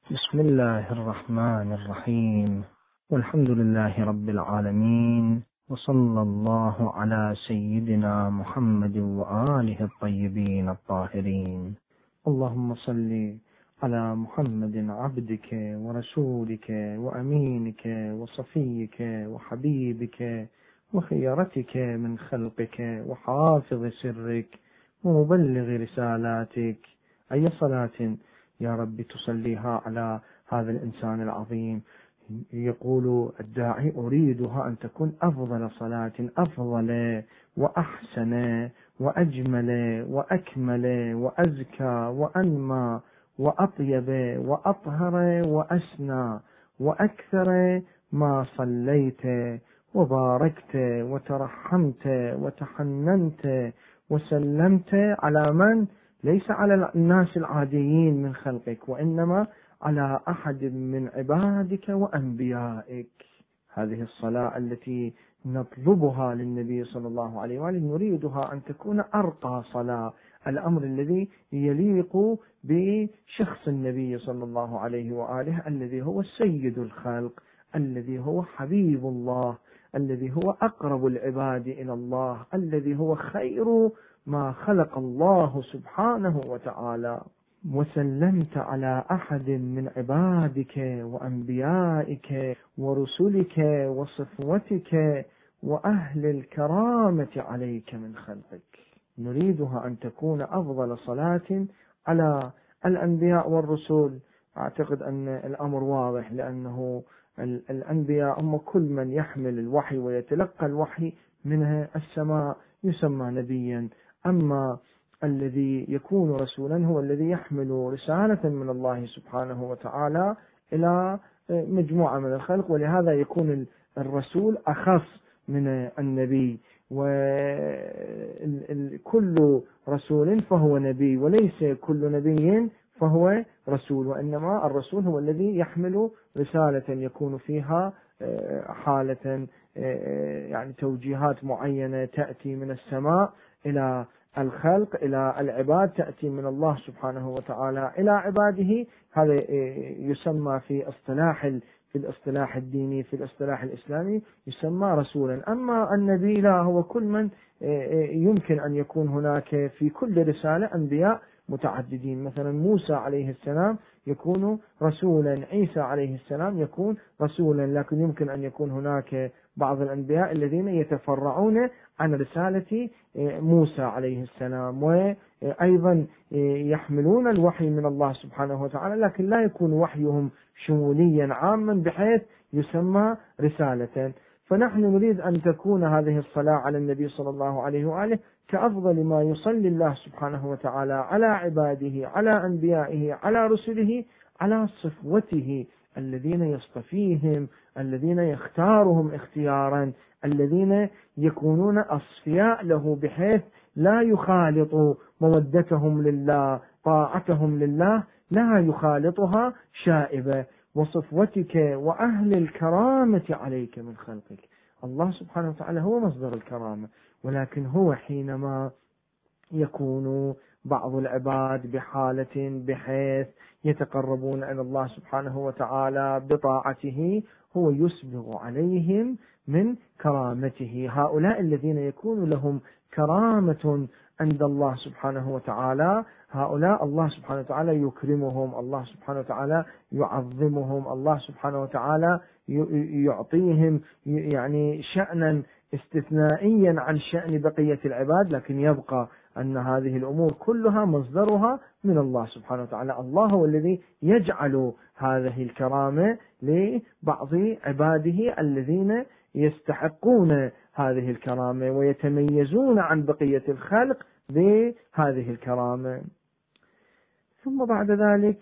بسم الله الرحمن الرحيم، والحمد لله رب العالمين، وصلى الله على سيدنا محمد وآله الطيبين الطاهرين. اللهم صل على محمد عبدك ورسولك وأمينك وصفيك وحبيبك وخيرتك من خلقك وحافظ سرك ومبلغ رسالاتك. أي صلاة يا رب تصليها على هذا الإنسان العظيم؟ يقول الداعي: أريدها أن تكون أفضل صلاة، أفضل وأحسن وأجمل وأكمل وأزكى وأنمى وأطيب وأطهر وأسنى وأكثر ما صليت وباركت وترحمت وتحننت وسلمت على من؟ ليس على الناس العاديين من خلقك، وإنما على أحد من عبادك وأنبيائك. هذه الصلاة التي نطلبها للنبي صلى الله عليه وآله نريدها أن تكون أرقى صلاة، الأمر الذي يليق بشخص النبي صلى الله عليه وآله، الذي هو سيد الخلق، الذي هو حبيب الله، الذي هو أقرب العباد إلى الله، الذي هو خير ما خلق الله سبحانه وتعالى. وسلمت على أحد من عبادك وأنبيائك ورسلك وصفوتك وأهل الكرامة عليك من خلقك. نريدها أن تكون أفضل صلاة على الأنبياء والرسل. أعتقد أن الأمر واضح، لأنه الأنبياء هم كل من يحمل الوحي ويتلقى الوحي من السماء يسمى نبيا، أما الذي يكون رسولا هو الذي يحمل رسالة من الله سبحانه وتعالى إلى مجموعة من الخلق، ولهذا يكون الرسول أخص من النبي. وكل رسول فهو نبي، وليس كل نبي فهو رسول، وإنما الرسول هو الذي يحمل رسالة يكون فيها حالة يعني توجيهات معينة تأتي من السماء إلى الخلق، إلى العباد، تأتي من الله سبحانه وتعالى إلى عباده. هذا يسمى في الاصطلاح الديني، في الاصطلاح الإسلامي يسمى رسولا. أما النبي لا، هو كل من يمكن أن يكون هناك في كل رسالة أنبياء متعددين. مثلا موسى عليه السلام يكون رسولا، عيسى عليه السلام يكون رسولا، لكن يمكن أن يكون هناك بعض الأنبياء الذين يتفرعون عن رسالة موسى عليه السلام، وأيضا يحملون الوحي من الله سبحانه وتعالى، لكن لا يكون وحيهم شموليا عاما بحيث يسمى رسالة. فنحن نريد أن تكون هذه الصلاة على النبي صلى الله عليه وآله كأفضل ما يصلي الله سبحانه وتعالى على عباده، على أنبيائه، على رسله، على صفوته الذين يصطفيهم، الذين يختارهم اختيارا، الذين يكونون أصفياء له بحيث لا يخالط مودتهم لله، طاعتهم لله لا يخالطها شائبة. وصفوتك وأهل الكرامة عليك من خلقك. الله سبحانه وتعالى هو مصدر الكرامة، ولكن هو حينما يكون بعض العباد بحالة بحيث يتقربون إلى الله سبحانه وتعالى بطاعته، هو يسبغ عليهم من كرامته. هؤلاء الذين يكون لهم كرامة عند الله سبحانه وتعالى، هؤلاء الله سبحانه وتعالى يكرمهم، الله سبحانه وتعالى يعظمهم، الله سبحانه وتعالى يعطيهم يعني شأنا استثنائيا عن شأن بقية العباد، لكن يبقى أن هذه الأمور كلها مصدرها من الله سبحانه وتعالى. الله هو الذي يجعل هذه الكرامة لبعض عباده الذين يستحقون هذه الكرامة ويتميزون عن بقية الخلق بهذه الكرامة. ثم بعد ذلك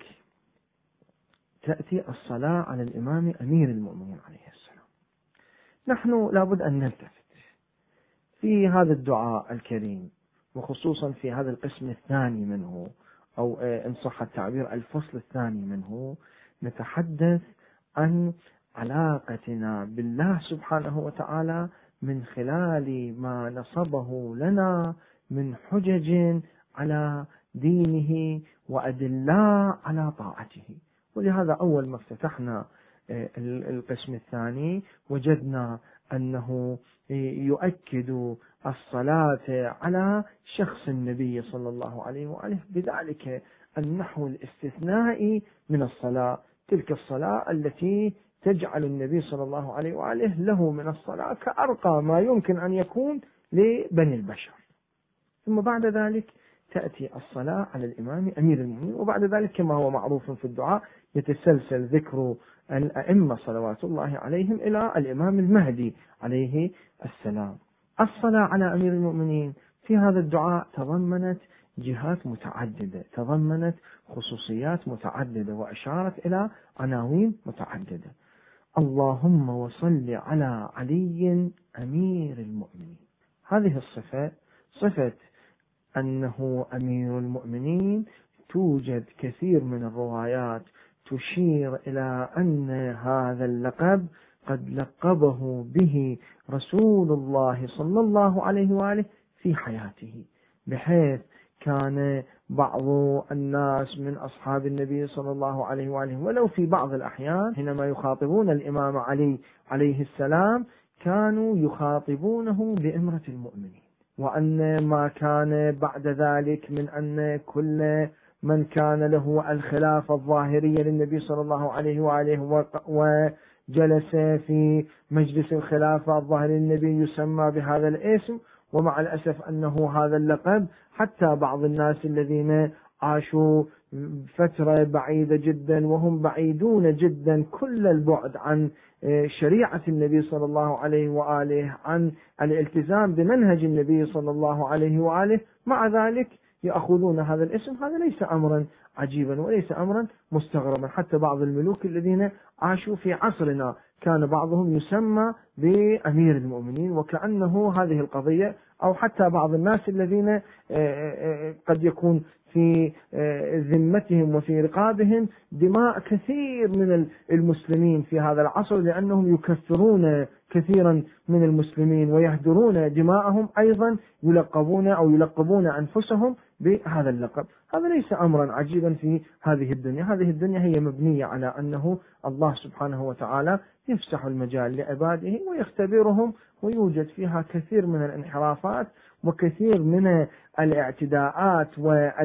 تأتي الصلاة على الإمام أمير المؤمنين عليه السلام. نحن لابد أن نلتفت في هذا الدعاء الكريم، وخصوصا في هذا القسم الثاني منه، أو إن صح التعبير الفصل الثاني منه، نتحدث عن علاقتنا بالله سبحانه وتعالى من خلال ما نصبه لنا من حجج على دينه وأدلة على طاعته. ولهذا أول ما افتتحنا القسم الثاني وجدنا أنه يؤكد الصلاة على شخص النبي صلى الله عليه وآله بذلك النحو الاستثنائي من الصلاة، تلك الصلاة التي تجعل النبي صلى الله عليه وآله له من الصلاة كأرقى ما يمكن أن يكون لبني البشر. ثم بعد ذلك تأتي الصلاة على الإمام أمير المؤمنين، وبعد ذلك كما هو معروف في الدعاء يتسلسل ذكر الأئمة صلوات الله عليهم إلى الإمام المهدي عليه السلام. الصلاة على أمير المؤمنين في هذا الدعاء تضمنت جهات متعددة، تضمنت خصوصيات متعددة، وأشارت إلى عناوين متعددة. اللهم وصل على علي أمير المؤمنين، هذه الصفة صفة أنه أمير المؤمنين توجد كثير من الروايات تشير إلى أن هذا اللقب قد لقبه به رسول الله صلى الله عليه وآله في حياته، بحيث كان بعض الناس من أصحاب النبي صلى الله عليه وآله ولو في بعض الأحيان حينما يخاطبون الإمام علي عليه السلام كانوا يخاطبونه بإمرة المؤمنين، وأن ما كان بعد ذلك من أن كل من كان له الخلافة الظاهرية للنبي صلى الله عليه وآله وجلس في مجلس الخلافة الظاهري للنبي يسمى بهذا الاسم. ومع الأسف أنه هذا اللقب حتى بعض الناس الذين عاشوا فترة بعيدة جدا وهم بعيدون جدا كل البعد عن شريعة النبي صلى الله عليه وآله، عن الالتزام بمنهج النبي صلى الله عليه وآله، مع ذلك يأخذون هذا الاسم. هذا ليس أمرا عجيبا وليس أمرا مستغربا. حتى بعض الملوك الذين عاشوا في عصرنا كان بعضهم يسمى بأمير المؤمنين، وكأنه هذه القضية، أو حتى بعض الناس الذين قد يكون في ذمتهم وفي رقابهم دماء كثير من المسلمين في هذا العصر، لأنهم يكثرون كثيرا من المسلمين ويهدرون دماءهم، أيضا يلقبون أنفسهم بهذا اللقب. هذا ليس أمرا عجيبا في هذه الدنيا. هذه الدنيا هي مبنية على أنه الله سبحانه وتعالى يفسح المجال لعباده ويختبرهم، ويوجد فيها كثير من الانحرافات وكثير من الاعتداءات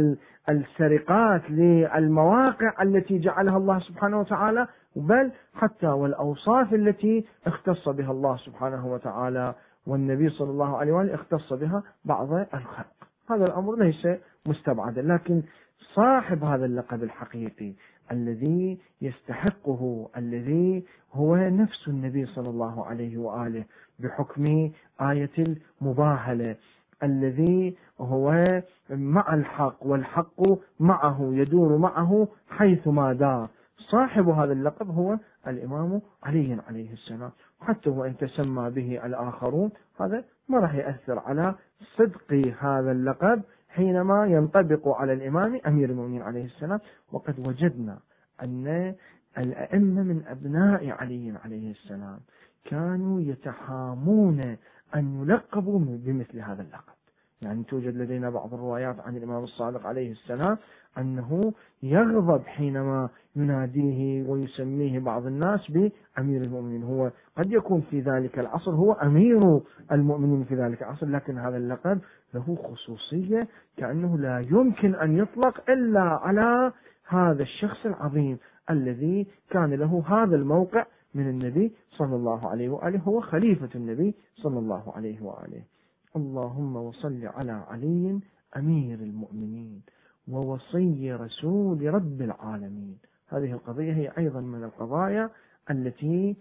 والسرقات للمواقع التي جعلها الله سبحانه وتعالى، بل حتى والأوصاف التي اختص بها الله سبحانه وتعالى والنبي صلى الله عليه وآله اختص بها بعض الخلق. هذا الأمر ليس مستبعدا، لكن صاحب هذا اللقب الحقيقي الذي يستحقه، الذي هو نفس النبي صلى الله عليه وآله بحكم آية المباهلة، الذي هو مع الحق والحق معه يدور معه حيثما دار، صاحب هذا اللقب هو الإمام علي عليه السلام. حتى وإن تسمى به الآخرون هذا ما راح يأثر على صدق هذا اللقب حينما ينطبق على الإمام أمير المؤمنين عليه السلام. وقد وجدنا أن الأئمة من أبناء علي عليه السلام كانوا يتحامون أن يلقبوا بمثل هذا اللقب. يعني توجد لدينا بعض الروايات عن الإمام الصادق عليه السلام أنه يغضب حينما يناديه ويسميه بعض الناس بأمير المؤمنين. هو قد يكون في ذلك العصر هو أمير المؤمنين في ذلك العصر، لكن هذا اللقب له خصوصية كأنه لا يمكن أن يطلق إلا على هذا الشخص العظيم الذي كان له هذا الموقع من النبي صلى الله عليه وآله، هو خليفة النبي صلى الله عليه وآله. اللهم وصل على علي أمير المؤمنين ووصي رسول رب العالمين. هذه القضية هي أيضا من القضايا التي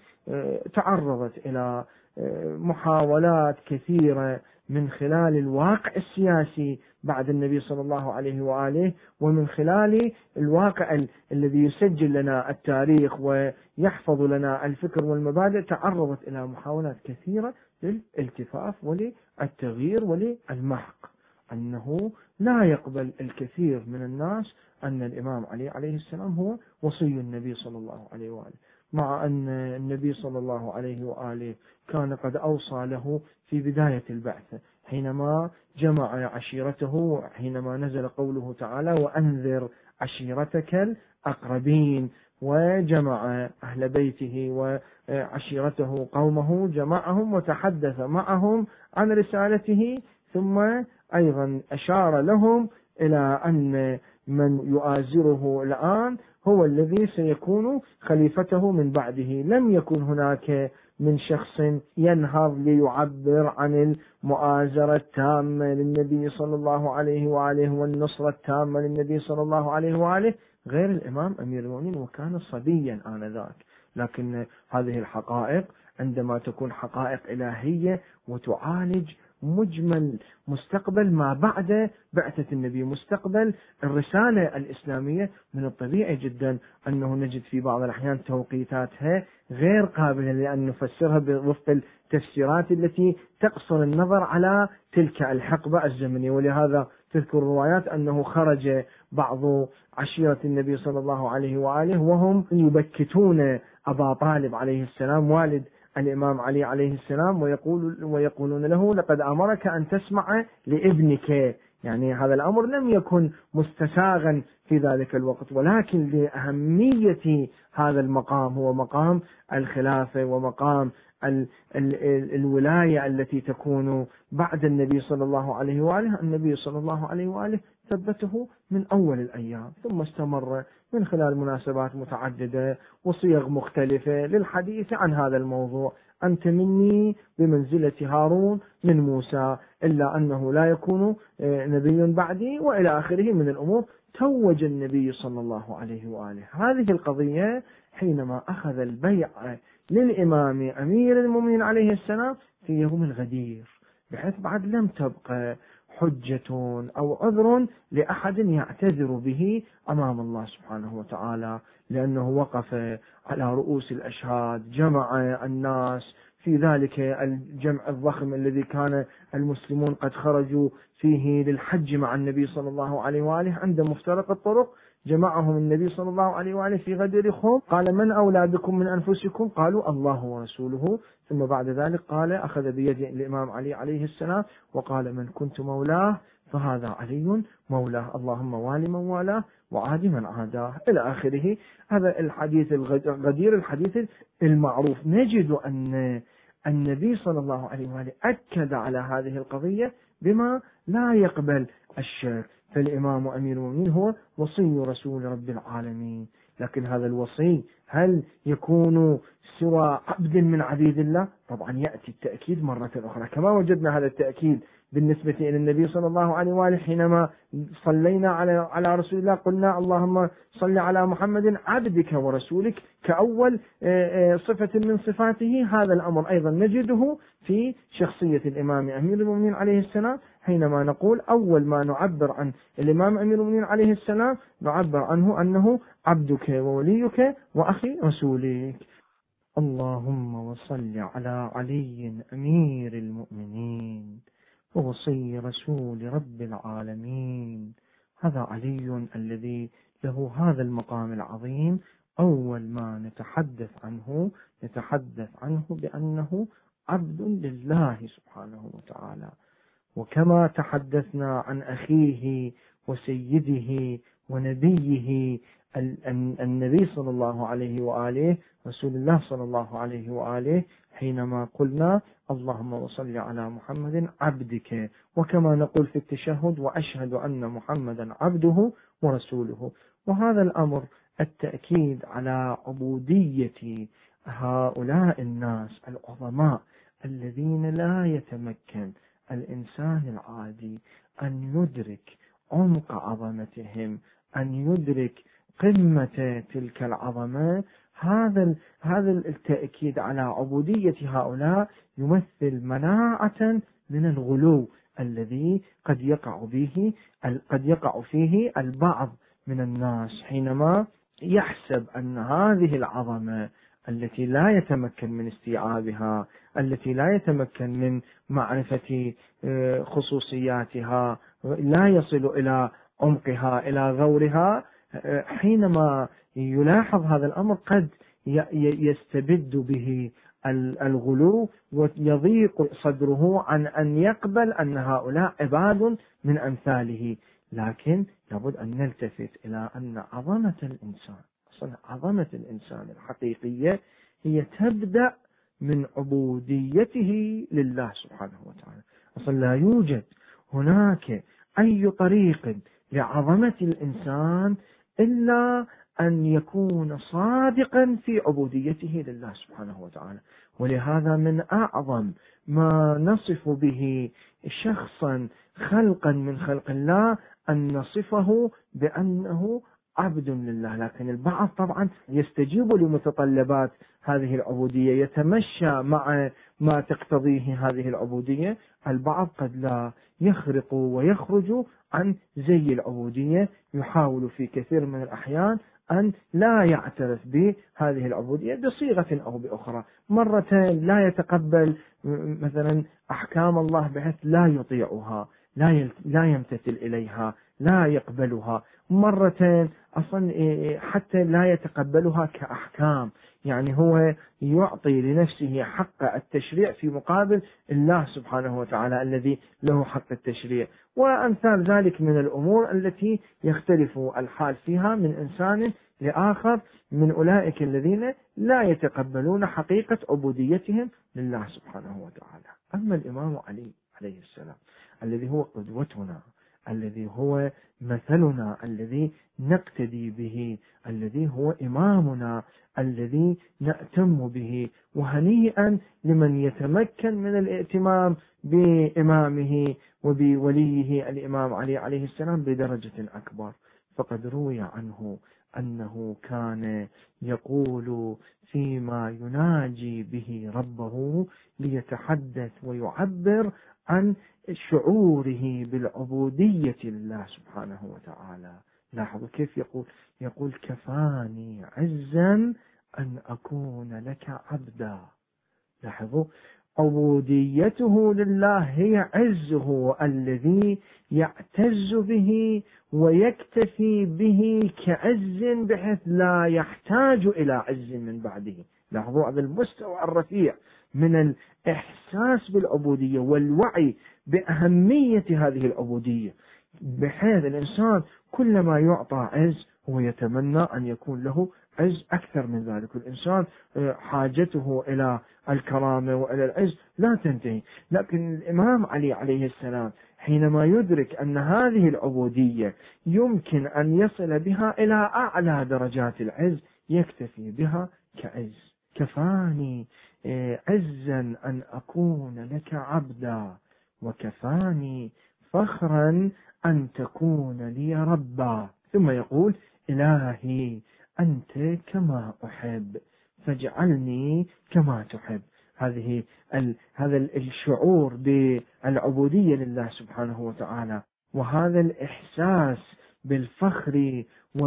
تعرضت إلى محاولات كثيرة من خلال الواقع السياسي بعد النبي صلى الله عليه وآله، ومن خلال الواقع الذي يسجل لنا التاريخ ويحفظ لنا الفكر والمبادئ. تعرضت إلى محاولات كثيرة للالتفاف وللتغيير وللمحق، أنه لا يقبل الكثير من الناس أن الإمام علي عليه السلام هو وصي النبي صلى الله عليه وآله، مع أن النبي صلى الله عليه وآله كان قد أوصى له في بداية البعثة حينما جمع عشيرته، حينما نزل قوله تعالى وأنذر عشيرتك الأقربين. وجمع أهل بيته وعشيرته قومه، جمعهم وتحدث معهم عن رسالته، ثم أيضا أشار لهم إلى أن من يؤازره الآن هو الذي سيكون خليفته من بعده. لم يكن هناك من شخص ينهض ليعبر عن المؤازرة التامة للنبي صلى الله عليه وآله والنصرة التامة للنبي صلى الله عليه وآله غير الإمام أمير المؤمنين، وكان صبيا آنذاك. لكن هذه الحقائق عندما تكون حقائق إلهية وتعالج مجمل مستقبل ما بعد بعثة النبي، مستقبل الرسالة الإسلامية، من الطبيعي جدا أنه نجد في بعض الأحيان توقيتاتها غير قابلة لأن نفسرها وفق التفسيرات التي تقصر النظر على تلك الحقبة الزمنية. ولهذا تذكر الروايات أنه خرج بعض عشيرة النبي صلى الله عليه وآله وهم يبكتون أبا طالب عليه السلام والد الإمام علي عليه السلام، ويقولون له لقد أمرك أن تسمع لابنك. يعني هذا الأمر لم يكن مستساغا في ذلك الوقت، ولكن لأهمية هذا المقام، هو مقام الخلافة ومقام الولاية التي تكون بعد النبي صلى الله عليه وآله. النبي صلى الله عليه وآله ثبته من أول الأيام، ثم استمر من خلال مناسبات متعددة وصيغ مختلفة للحديث عن هذا الموضوع. أنت مني بمنزلة هارون من موسى، إلا أنه لا يكون نبي بعدي، وإلى آخره من الأمور. توج النبي صلى الله عليه وآله هذه القضية حينما أخذ البيع للإمام أمير المؤمنين عليه السلام في يوم الغدير، بحيث بعد لم تبقى حجة أو عذر لأحد يعتذر به أمام الله سبحانه وتعالى، لأنه وقف على رؤوس الأشهاد، جمع الناس في ذلك الجمع الضخم الذي كان المسلمون قد خرجوا فيه للحج مع النبي صلى الله عليه وآله. عند مفترق الطرق جمعهم النبي صلى الله عليه وآله في غدير خوم، قال من أولى بكم من أنفسكم؟ قالوا الله ورسوله. ثم بعد ذلك قال أخذ بيد الإمام علي عليه السلام وقال من كنت مولاه فهذا علي مولاه، اللهم والي من والاه وعاد من عاداه، إلى آخره. هذا الحديث الغدير، الحديث المعروف. نجد أن النبي صلى الله عليه وآله أكد على هذه القضية بما لا يقبل الشك. فالإمام أمير المؤمنين هو وصي رسول رب العالمين، لكن هذا الوصي هل يكون سوى عبد من عبيد الله؟ طبعا يأتي التأكيد مرة أخرى، كما وجدنا هذا التأكيد بالنسبة إلى النبي صلى الله عليه وآله حينما صلينا على رسول الله قلنا اللهم صل على محمد عبدك ورسولك كأول صفة من صفاته. هذا الأمر أيضا نجده في شخصية الإمام أمير المؤمنين عليه السلام، حينما نقول أول ما نعبر عن الإمام أمير المؤمنين عليه السلام نعبر عنه أنه عبدك ووليك وأخي رسولك. اللهم وصل على علي أمير المؤمنين ووصي رسول رب العالمين. هذا علي الذي له هذا المقام العظيم. أول ما نتحدث عنه بأنه عبد لله سبحانه وتعالى، وكما تحدثنا عن أخيه وسيده ونبيه النبي صلى الله عليه وآله رسول الله صلى الله عليه وآله حينما قلنا اللهم صل على محمد عبدك، وكما نقول في التشهد وأشهد أن محمدا عبده ورسوله. وهذا الأمر التأكيد على عبودية هؤلاء الناس العظماء الذين لا يتمكن الإنسان العادي أن يدرك عمق عظمتهم، أن يدرك قمة تلك العظمة. هذا التأكيد على عبودية هؤلاء يمثل مناعة من الغلو الذي قد يقع فيه البعض من الناس حينما يحسب أن هذه العظمة التي لا يتمكن من استيعابها، التي لا يتمكن من معرفة خصوصياتها، لا يصل إلى عمقها إلى غورها، حينما يلاحظ هذا الأمر قد يستبد به الغلو ويضيق صدره عن أن يقبل أن هؤلاء عباد من أمثاله. لكن لابد أن نلتفت إلى أن عظمة الإنسان أصلا عظمة الإنسان الحقيقية هي تبدأ من عبوديته لله سبحانه وتعالى. أصلا لا يوجد هناك أي طريق لعظمة الإنسان إلا أن يكون صادقا في عبوديته لله سبحانه وتعالى. ولهذا من أعظم ما نصف به شخصا خلقا من خلق الله أن نصفه بأنه عبد لله. لكن البعض طبعا يستجيب لمتطلبات هذه العبودية، يتمشى مع ما تقتضيه هذه العبودية. البعض قد لا يخرق ويخرج عن زي العبودية، يحاول في كثير من الأحيان أن لا يعترف بهذه العبودية بصيغة أو بأخرى. مرة لا يتقبل مثلا أحكام الله بحيث لا يطيعها، لا يمتثل إليها، لا يقبلها. مرة أصلا حتى لا يتقبلها كأحكام، يعني هو يعطي لنفسه حق التشريع في مقابل الله سبحانه وتعالى الذي له حق التشريع. وأمثال ذلك من الأمور التي يختلف الحال فيها من إنسان لآخر من أولئك الذين لا يتقبلون حقيقة عبوديتهم لله سبحانه وتعالى. أما الإمام علي عليه السلام الذي هو قدوتنا، الذي هو مثلنا، الذي نقتدي به، الذي هو إمامنا، الذي نأتم به، وهنيئا لمن يتمكن من الائتمام بإمامه وبوليه الإمام علي عليه السلام بدرجة أكبر. فقد روي عنه أنه كان يقول فيما يناجي به ربه ليتحدث ويعبر عن شعوره بالعبودية لله سبحانه وتعالى. لاحظوا كيف يقول كفاني عزا أن أكون لك عبدا. لاحظوا عبوديته لله هي عزه الذي يعتز به ويكتفي به كعز بحيث لا يحتاج إلى عز من بعده. لاحظوا هذا المستوى الرفيع من الإحساس بالعبودية والوعي بأهمية هذه العبودية، بحيث الإنسان كلما يعطى عز هو يتمنى أن يكون له عز أكثر من ذلك. الإنسان حاجته إلى الكرامة وإلى العز لا تنتهي. لكن الإمام علي عليه السلام حينما يدرك أن هذه العبودية يمكن أن يصل بها إلى أعلى درجات العز يكتفي بها كعز. كفاني عزا أن أكون لك عبدا وكفاني فخرا أن تكون لي ربا. ثم يقول إلهي أنت كما أحب فاجعلني كما تحب. هذا الشعور بالعبودية لله سبحانه وتعالى، وهذا الإحساس بالفخر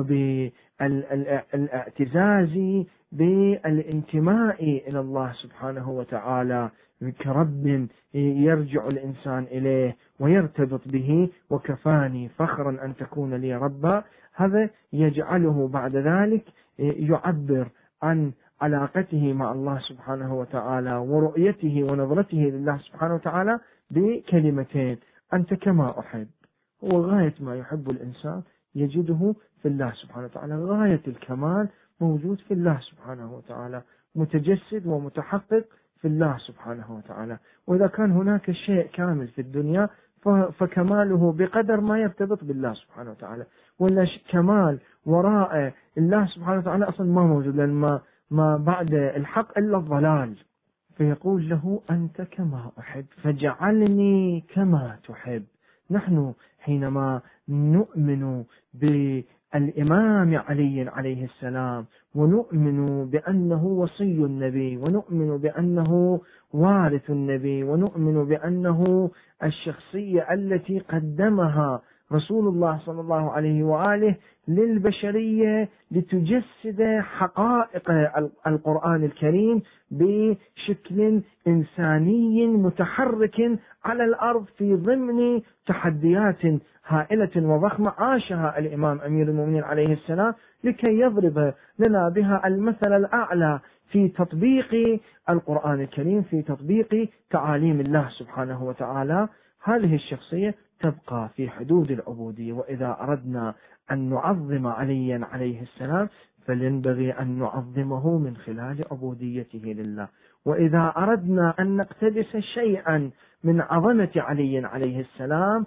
وبالاعتزاز بالانتماء إلى الله سبحانه وتعالى كرب يرجع الإنسان إليه ويرتبط به. وكفاني فخرا أن تكون لي ربا، هذا يجعله بعد ذلك يعبر عن علاقته مع الله سبحانه وتعالى ورؤيته ونظرته لله سبحانه وتعالى بكلمتين: أنت كما أحب. هو غاية ما يحب الإنسان يجده في الله سبحانه وتعالى، غاية الكمال موجود في الله سبحانه وتعالى، متجسد ومتحقق في الله سبحانه وتعالى. وإذا كان هناك شيء كامل في الدنيا فكماله بقدر ما يرتبط بالله سبحانه وتعالى، ولا كمال وراء الله سبحانه وتعالى أصلا ما موجود، لأن ما بعد الحق إلا الضلال. فيقول له أنت كما أحب فاجعلني كما تحب. نحن حينما نؤمن بالإمام علي عليه السلام ونؤمن بأنه وصي النبي ونؤمن بأنه وارث النبي ونؤمن بأنه الشخصية التي قدمها رسول الله صلى الله عليه وآله للبشرية لتجسد حقائق القرآن الكريم بشكل إنساني متحرك على الأرض في ضمن تحديات هائلة وضخمة عاشها الإمام أمير المؤمنين عليه السلام لكي يضرب لنا بها المثل الأعلى في تطبيق القرآن الكريم، في تطبيق تعاليم الله سبحانه وتعالى. هذه الشخصية تبقى في حدود العبودية. وإذا أردنا أن نعظم عليا عليه السلام فينبغي أن نعظمه من خلال عبوديته لله. وإذا أردنا أن نقتبس شيئا من عظمة علي عليه السلام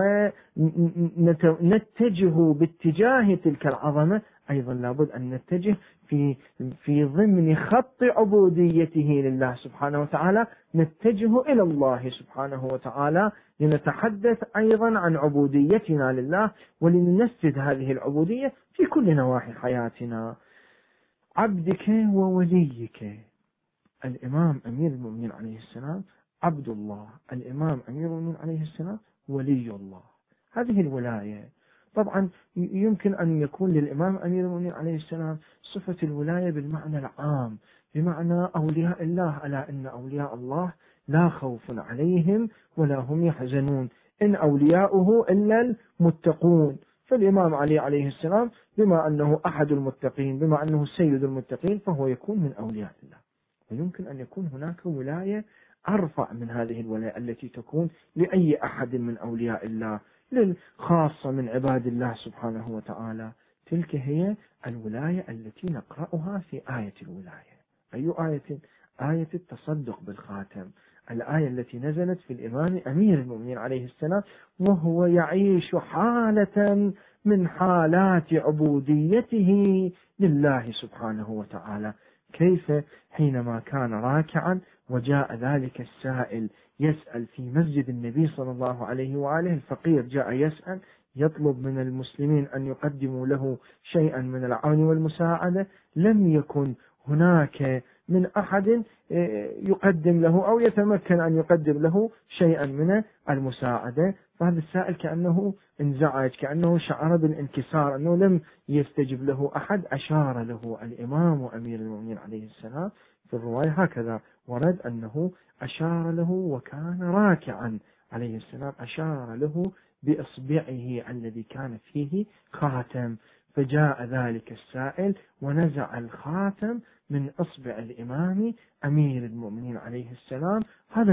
ونتجه باتجاه تلك العظمة، أيضا لابد أن نتجه في ضمن خط عبوديته لله سبحانه وتعالى، نتجه إلى الله سبحانه وتعالى لنتحدث أيضا عن عبوديتنا لله ولننفذ هذه العبودية في كل نواحي حياتنا. عبدك ووليك الإمام أمير المؤمنين عليه السلام عبد الله، الإمام أمير المؤمنين عليه السلام ولي الله. هذه الولاية طبعا يمكن أن يكون للإمام أمير المؤمنين عليه السلام صفة الولاية بالمعنى العام، بمعنى أولياء الله، ألا إن أولياء الله لا خوف عليهم ولا هم يحزنون، إن أولياؤه إلا المتقون. فالإمام علي عليه السلام بما أنه أحد المتقين، بما أنه سيد المتقين، فهو يكون من أولياء الله. ويمكن أن يكون هناك ولاية أرفع من هذه الولاية التي تكون لأي أحد من أولياء الله، للخاصة من عباد الله سبحانه وتعالى. تلك هي الولاية التي نقرأها في آية الولاية. أي آية؟ آية التصدق بالخاتم، الآية التي نزلت في الإمام أمير المؤمنين عليه السلام وهو يعيش حالة من حالات عبوديته لله سبحانه وتعالى. كيف حينما كان راكعا وجاء ذلك السائل يسأل في مسجد النبي صلى الله عليه وآله، الفقير جاء يسأل يطلب من المسلمين أن يقدموا له شيئا من العون والمساعدة، لم يكن هناك من أحد يقدم له أو يتمكن أن يقدم له شيئا من المساعدة. فهذا السائل كأنه انزعج، كأنه شعر بالانكسار، أنه لم يستجب له أحد. أشار له الإمام أمير المؤمنين عليه السلام، في الرواية هكذا ورد أنه أشار له وكان راكعا عليه السلام، أشار له بإصبعه الذي كان فيه خاتم، فجاء ذلك السائل ونزع الخاتم من إصبع الإمام أمير المؤمنين عليه السلام. هذا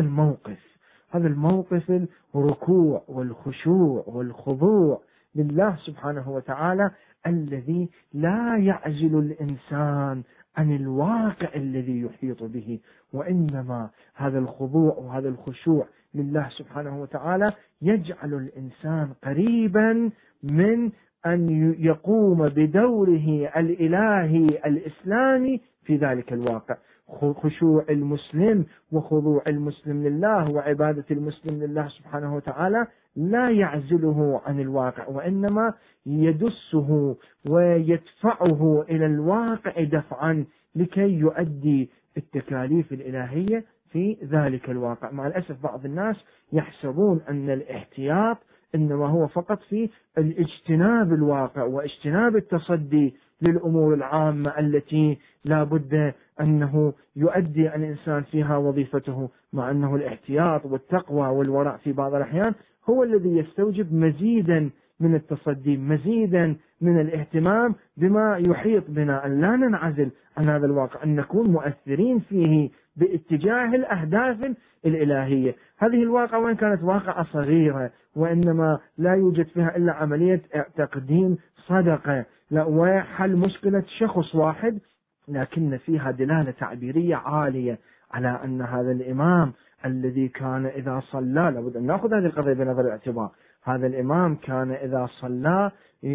الموقف الركوع والخشوع والخضوع لله سبحانه وتعالى الذي لا يعزل الإنسان عن الواقع الذي يحيط به، وإنما هذا الخضوع وهذا الخشوع لله سبحانه وتعالى يجعل الإنسان قريبا من أن يقوم بدوره الإلهي الإسلامي في ذلك الواقع. خشوع المسلم وخضوع المسلم لله وعبادة المسلم لله سبحانه وتعالى لا يعزله عن الواقع، وإنما يدسه ويدفعه إلى الواقع دفعا لكي يؤدي التكاليف الإلهية في ذلك الواقع. مع الأسف بعض الناس يحسبون أن الاحتياط إنما هو فقط في الاجتناب الواقع واجتناب التصدي للأمور العامة التي لا بد أنه يؤدي الإنسان فيها وظيفته، مع أنه الاحتياط والتقوى والورع في بعض الأحيان هو الذي يستوجب مزيدا من التصدي، مزيدا من الاهتمام بما يحيط بنا، أن لا ننعزل عن هذا الواقع، أن نكون مؤثرين فيه باتجاه الأهداف الإلهية. هذه الواقع وإن كانت واقعة صغيرة وإنما لا يوجد فيها إلا عملية تقديم صدقة وحل مشكلة شخص واحد، لكن فيها دلالة تعبيرية عالية على أن هذا الإمام الذي كان إذا صلى، لابد أن نأخذ هذه القضية بنظر الاعتبار، هذا الإمام كان إذا صلى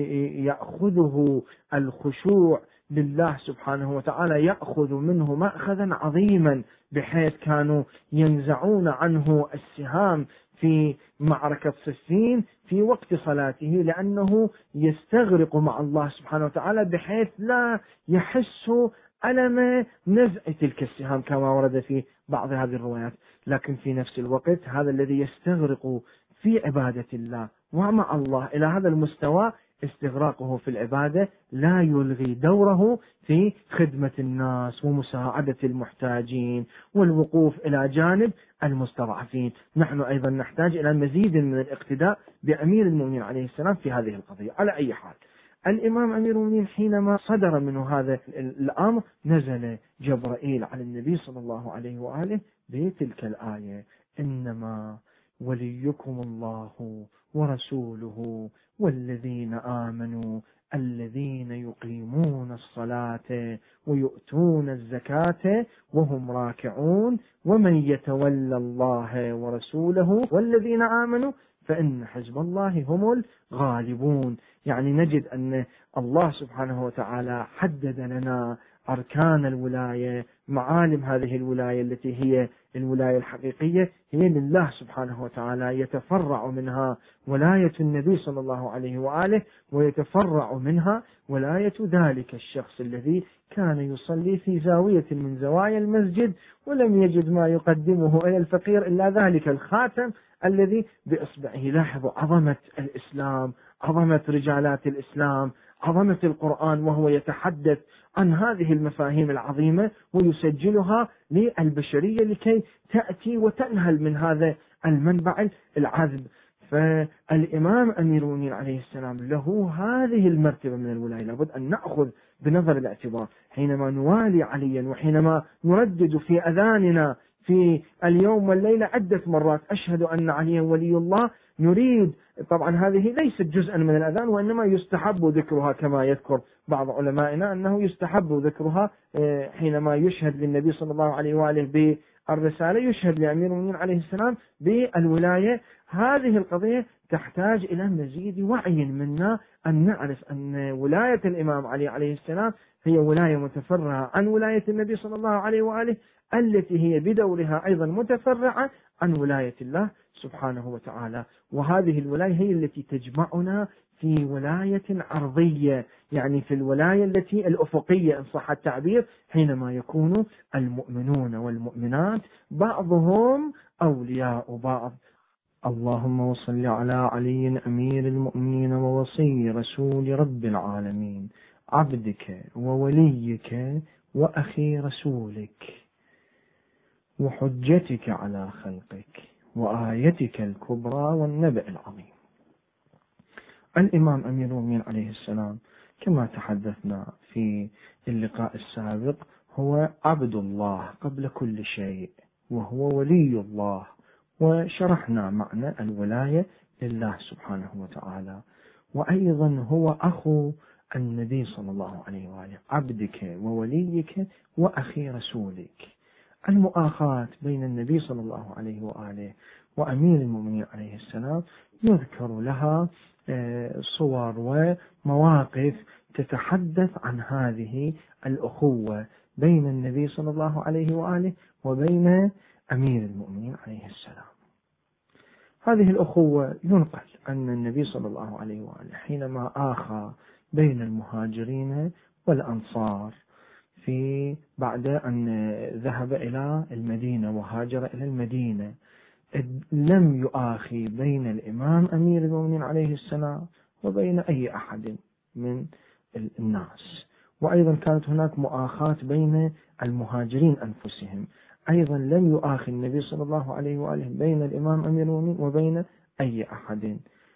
يأخذه الخشوع لله سبحانه وتعالى يأخذ منه مأخذا عظيما، بحيث كانوا ينزعون عنه السهام في معركة صفين في وقت صلاته، لأنه يستغرق مع الله سبحانه وتعالى بحيث لا يحس ألم نزع تلك السهام كما ورد في بعض هذه الروايات. لكن في نفس الوقت هذا الذي يستغرق في عبادة الله ومع الله إلى هذا المستوى، استغراقه في العبادة لا يلغي دوره في خدمة الناس ومساعدة المحتاجين والوقوف إلى جانب المستضعفين. نحن أيضا نحتاج إلى مزيد من الاقتداء بأمير المؤمنين عليه السلام في هذه القضية. على أي حال، الإمام أمير المؤمنين حينما صدر منه هذا الأمر نزل جبرائيل على النبي صلى الله عليه وآله بتلك الآية: إنما وليكم الله ورسوله والذين آمنوا الذين يقيمون الصلاة ويؤتون الزكاة وهم راكعون ومن يتولى الله ورسوله والذين آمنوا فإن حزب الله هم الغالبون. يعني نجد أن الله سبحانه وتعالى حدد لنا أركان الولاية، معالم هذه الولاية التي هي الولاية الحقيقية هي لله سبحانه وتعالى، يتفرع منها ولاية النبي صلى الله عليه وآله، ويتفرع منها ولاية ذلك الشخص الذي كان يصلي في زاوية من زوايا المسجد ولم يجد ما يقدمه إلى الفقير إلا ذلك الخاتم الذي بإصبعه. لاحظوا عظمة الإسلام، عظمة رجالات الإسلام، عظمة القرآن، وهو يتحدث عن هذه المفاهيم العظيمة ويسجلها للبشرية لكي تأتي وتنهل من هذا المنبع العذب. فالإمام أمير المؤمنين عليه السلام له هذه المرتبة من الولاية، لابد أن نأخذ بنظر الاعتبار حينما نوالي عليا، وحينما نردد في أذاننا في اليوم والليلة عدة مرات أشهد أن عليا ولي الله، نريد طبعا هذه ليست جزءا من الأذان، وإنما يستحب ذكرها كما يذكر بعض علمائنا أنه يستحب ذكرها حينما يشهد للنبي صلى الله عليه وآله بالرسالة، يشهد لأمير المؤمنين عليه السلام بالولاية. هذه القضية تحتاج إلى مزيد وعي منا أن نعرف أن ولاية الإمام علي عليه السلام هي ولاية متفرعة عن ولاية النبي صلى الله عليه وآله، التي هي بدورها أيضا متفرعة عن ولاية الله سبحانه وتعالى. وهذه الولاية هي التي تجمعنا في ولاية عرضية، يعني في الولاية التي الأفقية إن صح التعبير، حينما يكون المؤمنون والمؤمنات بعضهم أولياء بعض. اللهم وصل على علي أمير المؤمنين ووصي رسول رب العالمين، عبدك ووليك وأخي رسولك وحجتك على خلقك وآيتك الكبرى والنبأ العظيم. الإمام أمير المؤمنين عليه السلام كما تحدثنا في اللقاء السابق هو عبد الله قبل كل شيء، وهو ولي الله، وشرحنا معنى الولاية لله سبحانه وتعالى. وأيضا هو أخو النبي صلى الله عليه وآله، عبدك ووليك وأخي رسولك. المؤاخاة بين النبي صلى الله عليه وآله وأمير المؤمنين عليه السلام يذكر لها صور ومواقف تتحدث عن هذه الأخوة بين النبي صلى الله عليه وآله وبين أمير المؤمنين عليه السلام. هذه الأخوة ينقل أن النبي صلى الله عليه وآله حينما آخى بين المهاجرين والأنصار في بعد أن ذهب إلى المدينة وهاجر إلى المدينة، لم يؤاخي بين الإمام أمير المؤمنين عليه السلام وبين أي أحد من الناس. وأيضا كانت هناك مؤاخاة بين المهاجرين أنفسهم، أيضا لم يؤاخي النبي صلى الله عليه وآله بين الإمام أمير المؤمنين وبين أي أحد.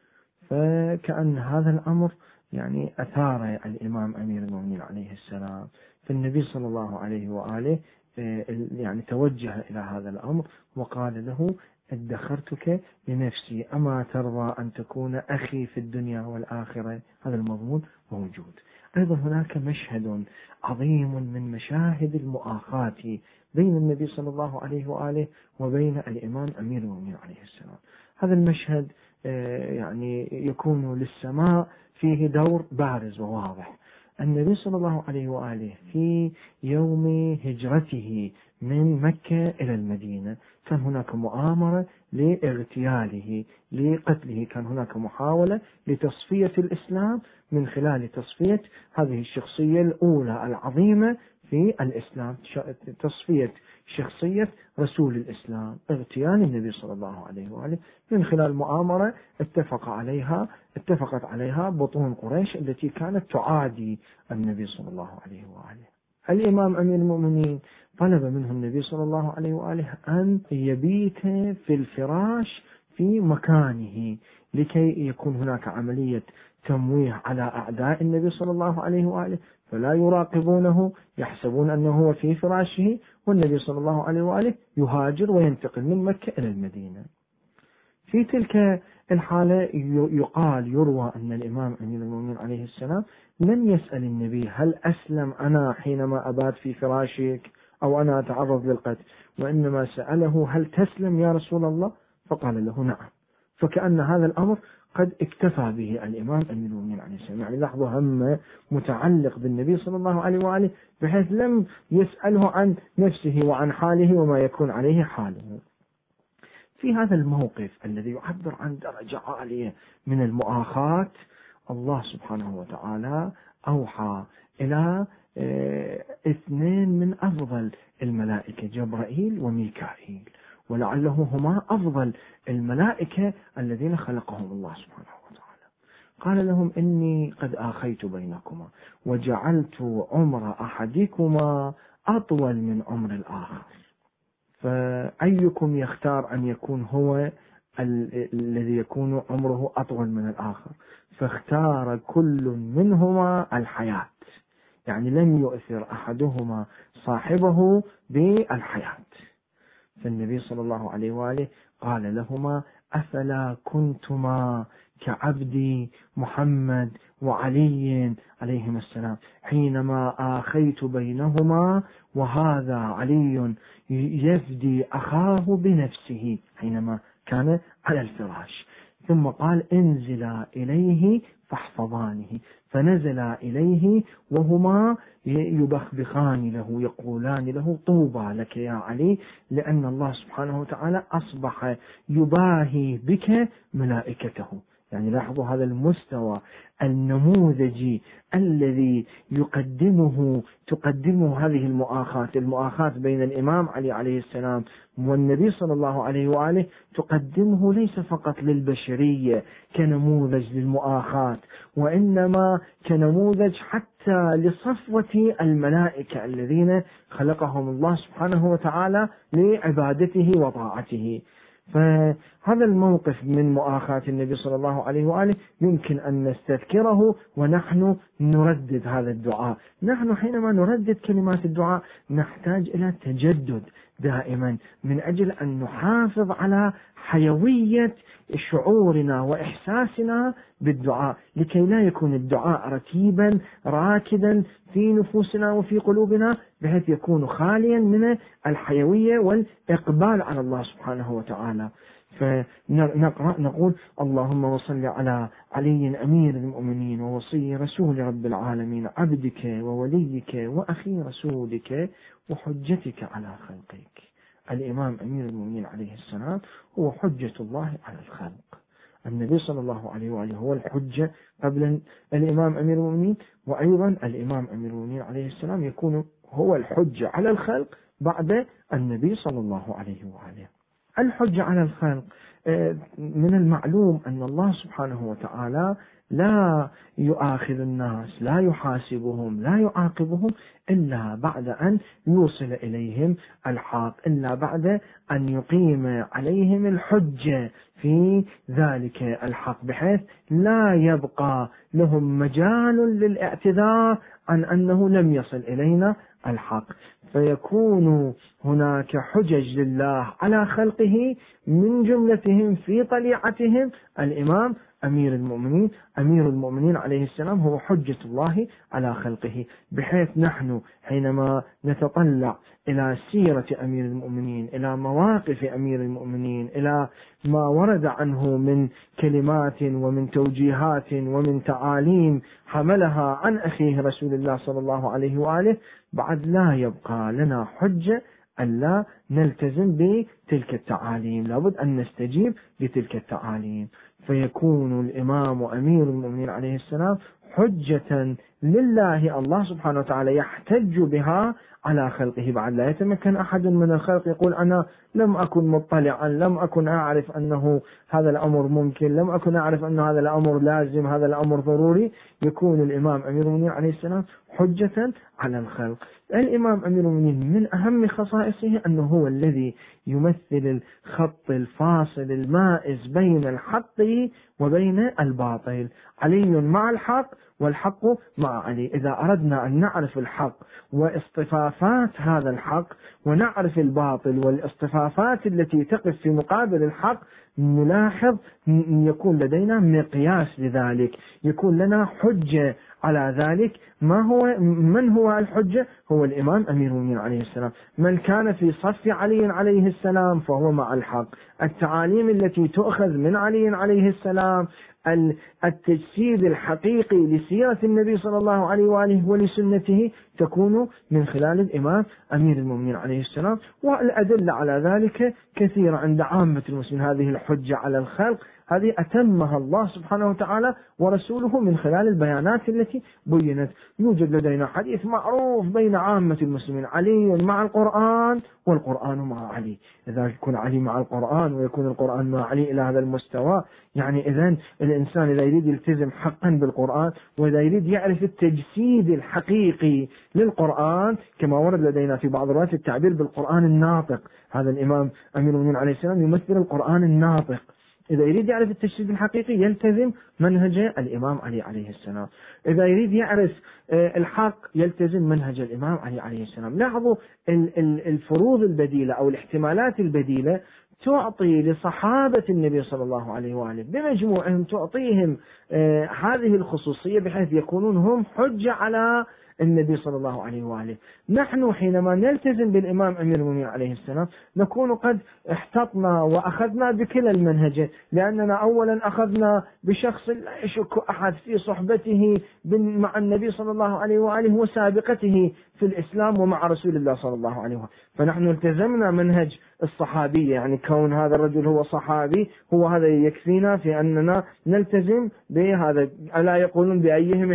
فكأن هذا الأمر يعني أثار الإمام أمير المؤمنين عليه السلام، فالنبي صلى الله عليه وآله يعني توجه إلى هذا الأمر وقال له: ادخرتك لنفسي، أما ترضى أن تكون أخي في الدنيا والآخرة؟ هذا المضمون موجود. أيضا هناك مشهد عظيم من مشاهد المؤاخاة بين النبي صلى الله عليه وآله وبين الإمام أمير المؤمنين عليه السلام. هذا المشهد يعني يكون للسماء فيه دور بارز وواضح. النبي صلى الله عليه وآله في يوم هجرته من مكة إلى المدينة كان هناك مؤامرة لاغتياله، لقتله، كان هناك محاولة لتصفية الإسلام من خلال تصفية هذه الشخصية الأولى العظيمة في الإسلام، تصفية شخصية رسول الإسلام، اغتيال النبي صلى الله عليه وآله من خلال مؤامرة اتفقت عليها بطون قريش التي كانت تعادي النبي صلى الله عليه وآله. الإمام أمير المؤمنين طلب منه النبي صلى الله عليه وآله أن يبيت في الفراش في مكانه لكي يكون هناك عملية تمويه على أعداء النبي صلى الله عليه وآله، فلا يراقبونه، يحسبون أنه هو في فراشه والنبي صلى الله عليه وآله يهاجر وينتقل من مكة إلى المدينة. في تلك الحالة يقال يروى أن الإمام أمير المؤمنين عليه السلام لم يسأل النبي هل أسلم أنا حينما أبات في فراشك أو أنا أتعرض للقتل، وإنما سأله هل تسلم يا رسول الله؟ فقال له نعم. فكأن هذا الأمر قد اكتفى به الإمام أمير المؤمنين عليه السلام، يعني لحظة هم متعلق بالنبي صلى الله عليه وآله بحيث لم يسأله عن نفسه وعن حاله وما يكون عليه حاله. في هذا الموقف الذي يعبر عن درجة عالية من المؤاخاة، الله سبحانه وتعالى أوحى إلى اثنين من أفضل الملائكة، جبرائيل وميكائيل، ولعله هما أفضل الملائكة الذين خلقهم الله سبحانه وتعالى. قال لهم إني قد آخيت بينكما وجعلت عمر أحدكما أطول من عمر الآخر، فأيكم يختار أن يكون هو الذي يكون عمره أطول من الآخر؟ فاختار كل منهما الحياة، يعني لم يؤثر أحدهما صاحبه بالحياة. فالنبي صلى الله عليه وآله قال لهما أفلا كنتما كعبدي محمد وعلي عليهما السلام حينما آخيت بينهما وهذا علي يفدي أخاه بنفسه حينما كان على الفراش. ثم قال انزلا إليه فاحفظانه، فنزلا إليه وهما يبخبخان له يقولان له طوبى لك يا علي، لأن الله سبحانه وتعالى أصبح يباهي بك ملائكته. يعني لاحظوا هذا المستوى النموذجي الذي تقدمه هذه المؤاخاة بين الإمام علي عليه السلام والنبي صلى الله عليه وآله، تقدمه ليس فقط للبشرية كنموذج للمؤاخاة، وإنما كنموذج حتى لصفوة الملائكة الذين خلقهم الله سبحانه وتعالى لعبادته وطاعته. فهذا الموقف من مؤاخاة النبي صلى الله عليه وآله يمكن أن نستذكره ونحن نردد هذا الدعاء. نحن حينما نردد كلمات الدعاء نحتاج إلى تجدد دائما من أجل أن نحافظ على حيوية شعورنا وإحساسنا بالدعاء، لكي لا يكون الدعاء رتيبا راكدا في نفوسنا وفي قلوبنا بحيث يكون خاليا من الحيوية والإقبال على الله سبحانه وتعالى. فنقرأ نقول اللهم وصل على علي أمير المؤمنين ووصي رسول رب العالمين عبدك ووليك وأخي رسولك وحجتك على خلقك. الإمام أمير المؤمنين عليه السلام هو حجة الله على الخلق. النبي صلى الله عليه وآله هو الحجة قبل الإمام أمير المؤمنين، وأيضا الإمام أمير المؤمنين عليه السلام يكون هو الحجة على الخلق بعد النبي صلى الله عليه وآله. الحجة على الخلق، من المعلوم أن الله سبحانه وتعالى لا يؤاخذ الناس، لا يحاسبهم، لا يعاقبهم إلا بعد أن يوصل إليهم الحق، إلا بعد أن يقيم عليهم الحجة في ذلك الحق، بحيث لا يبقى لهم مجال للاعتذار عن أنه لم يصل إلينا الحق. فيكون هناك حجج لله على خلقه، من جملتهم في طليعتهم الإمام أمير المؤمنين عليه السلام هو حجة الله على خلقه، بحيث نحن حينما نتطلع إلى سيرة أمير المؤمنين، إلى مواقف أمير المؤمنين، إلى ما ورد عنه من كلمات ومن توجيهات ومن تعاليم حملها عن أخيه رسول الله صلى الله عليه وآله، بعد لا يبقى لنا حجة ألا نلتزم بتلك التعاليم، لابد أن نستجيب لتلك التعاليم. فيكون الإمام أمير المؤمنين عليه السلام حجة لله، الله سبحانه وتعالى يحتج بها على خلقه. بعد لا يتمكن أحد من الخلق يقول أنا لم أكن مطلعا، لم أكن أعرف أنه هذا الأمر ممكن، لم أكن أعرف أن هذا الأمر لازم، هذا الأمر ضروري. يكون الإمام أمير المؤمنين عليه السلام حجة على الخلق. الإمام أمير المؤمنين من أهم خصائصه أنه هو الذي يمثل الخط الفاصل المائز بين الحق وبين الباطل. علي مع الحق والحق مع علي. إذا أردنا أن نعرف الحق واصطفافات هذا الحق ونعرف الباطل والاصطفافات التي تقف في مقابل الحق، نلاحظ يكون لدينا مقياس لذلك، يكون لنا حجة على ذلك. من هو الحجة؟ هو الإمام أمير المؤمنين عليه السلام. من كان في صف علي عليه السلام فهو مع الحق. التعاليم التي تؤخذ من علي عليه السلام، التجسيد الحقيقي لسيرة النبي صلى الله عليه وآله ولسنته، تكون من خلال الإمام أمير المؤمنين عليه السلام. والأدلة على ذلك كثيرة عند عامة المسلمين. هذه الحجة على الخلق هذه أتمها الله سبحانه وتعالى ورسوله من خلال البيانات التي بينت. يوجد لدينا حديث معروف بين عامة المسلمين: علي مع القرآن والقرآن مع علي. إذا يكون علي مع القرآن ويكون القرآن مع علي إلى هذا المستوى، يعني إذن الإنسان إذا يريد يلتزم حقا بالقرآن، وإذا يريد يعرف التجسيد الحقيقي للقرآن، كما ورد لدينا في بعض الروايات التعبير بالقرآن الناطق، هذا الإمام أمير المؤمنين عليه السلام يمثل القرآن الناطق. إذا يريد يعرف التجسيد الحقيقي يلتزم منهج الإمام علي عليه السلام. إذا يريد يعرف الحق يلتزم منهج الإمام علي عليه السلام. لاحظوا الفروض البديلة أو الاحتمالات البديلة تعطي لصحابة النبي صلى الله عليه وآله بمجموعهم، تعطيهم هذه الخصوصية بحيث يكونون هم حجة على النبي صلى الله عليه وآله. نحن حينما نلتزم بالإمام أمير المؤمنين عليه السلام نكون قد احتطنا وأخذنا بكلا المنهج، لأننا أولا أخذنا بشخص لا يشك أحد في صحبته مع النبي صلى الله عليه وآله وسابقته في الإسلام ومع رسول الله صلى الله عليه وآله. فنحن التزمنا منهج الصحابية، يعني كون هذا الرجل هو صحابي هو هذا يكفينا في أننا نلتزم بهذا. ألا يقولون بأيهم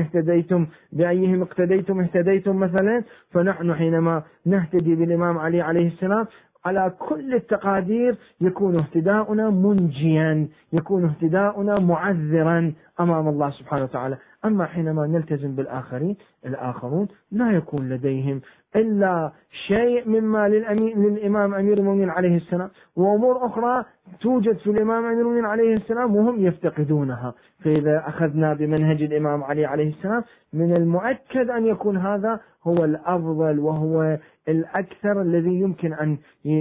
اقتديتم اهتديتم مثلا؟ فنحن حينما نهتدي بالإمام علي عليه السلام على كل التقادير يكون اهتداؤنا منجيا، يكون اهتداؤنا معذرا أمام الله سبحانه وتعالى. أما حينما نلتزم بالآخرين، الآخرون لا يكون لديهم إلا شيء مما للإمام أمير المؤمنين عليه السلام، وأمور أخرى توجد في الإمام أمير المؤمنين عليه السلام وهم يفتقدونها. فإذا أخذنا بمنهج الإمام علي عليه السلام من المؤكد أن يكون هذا هو الأفضل وهو الأكثر الذي يمكن أن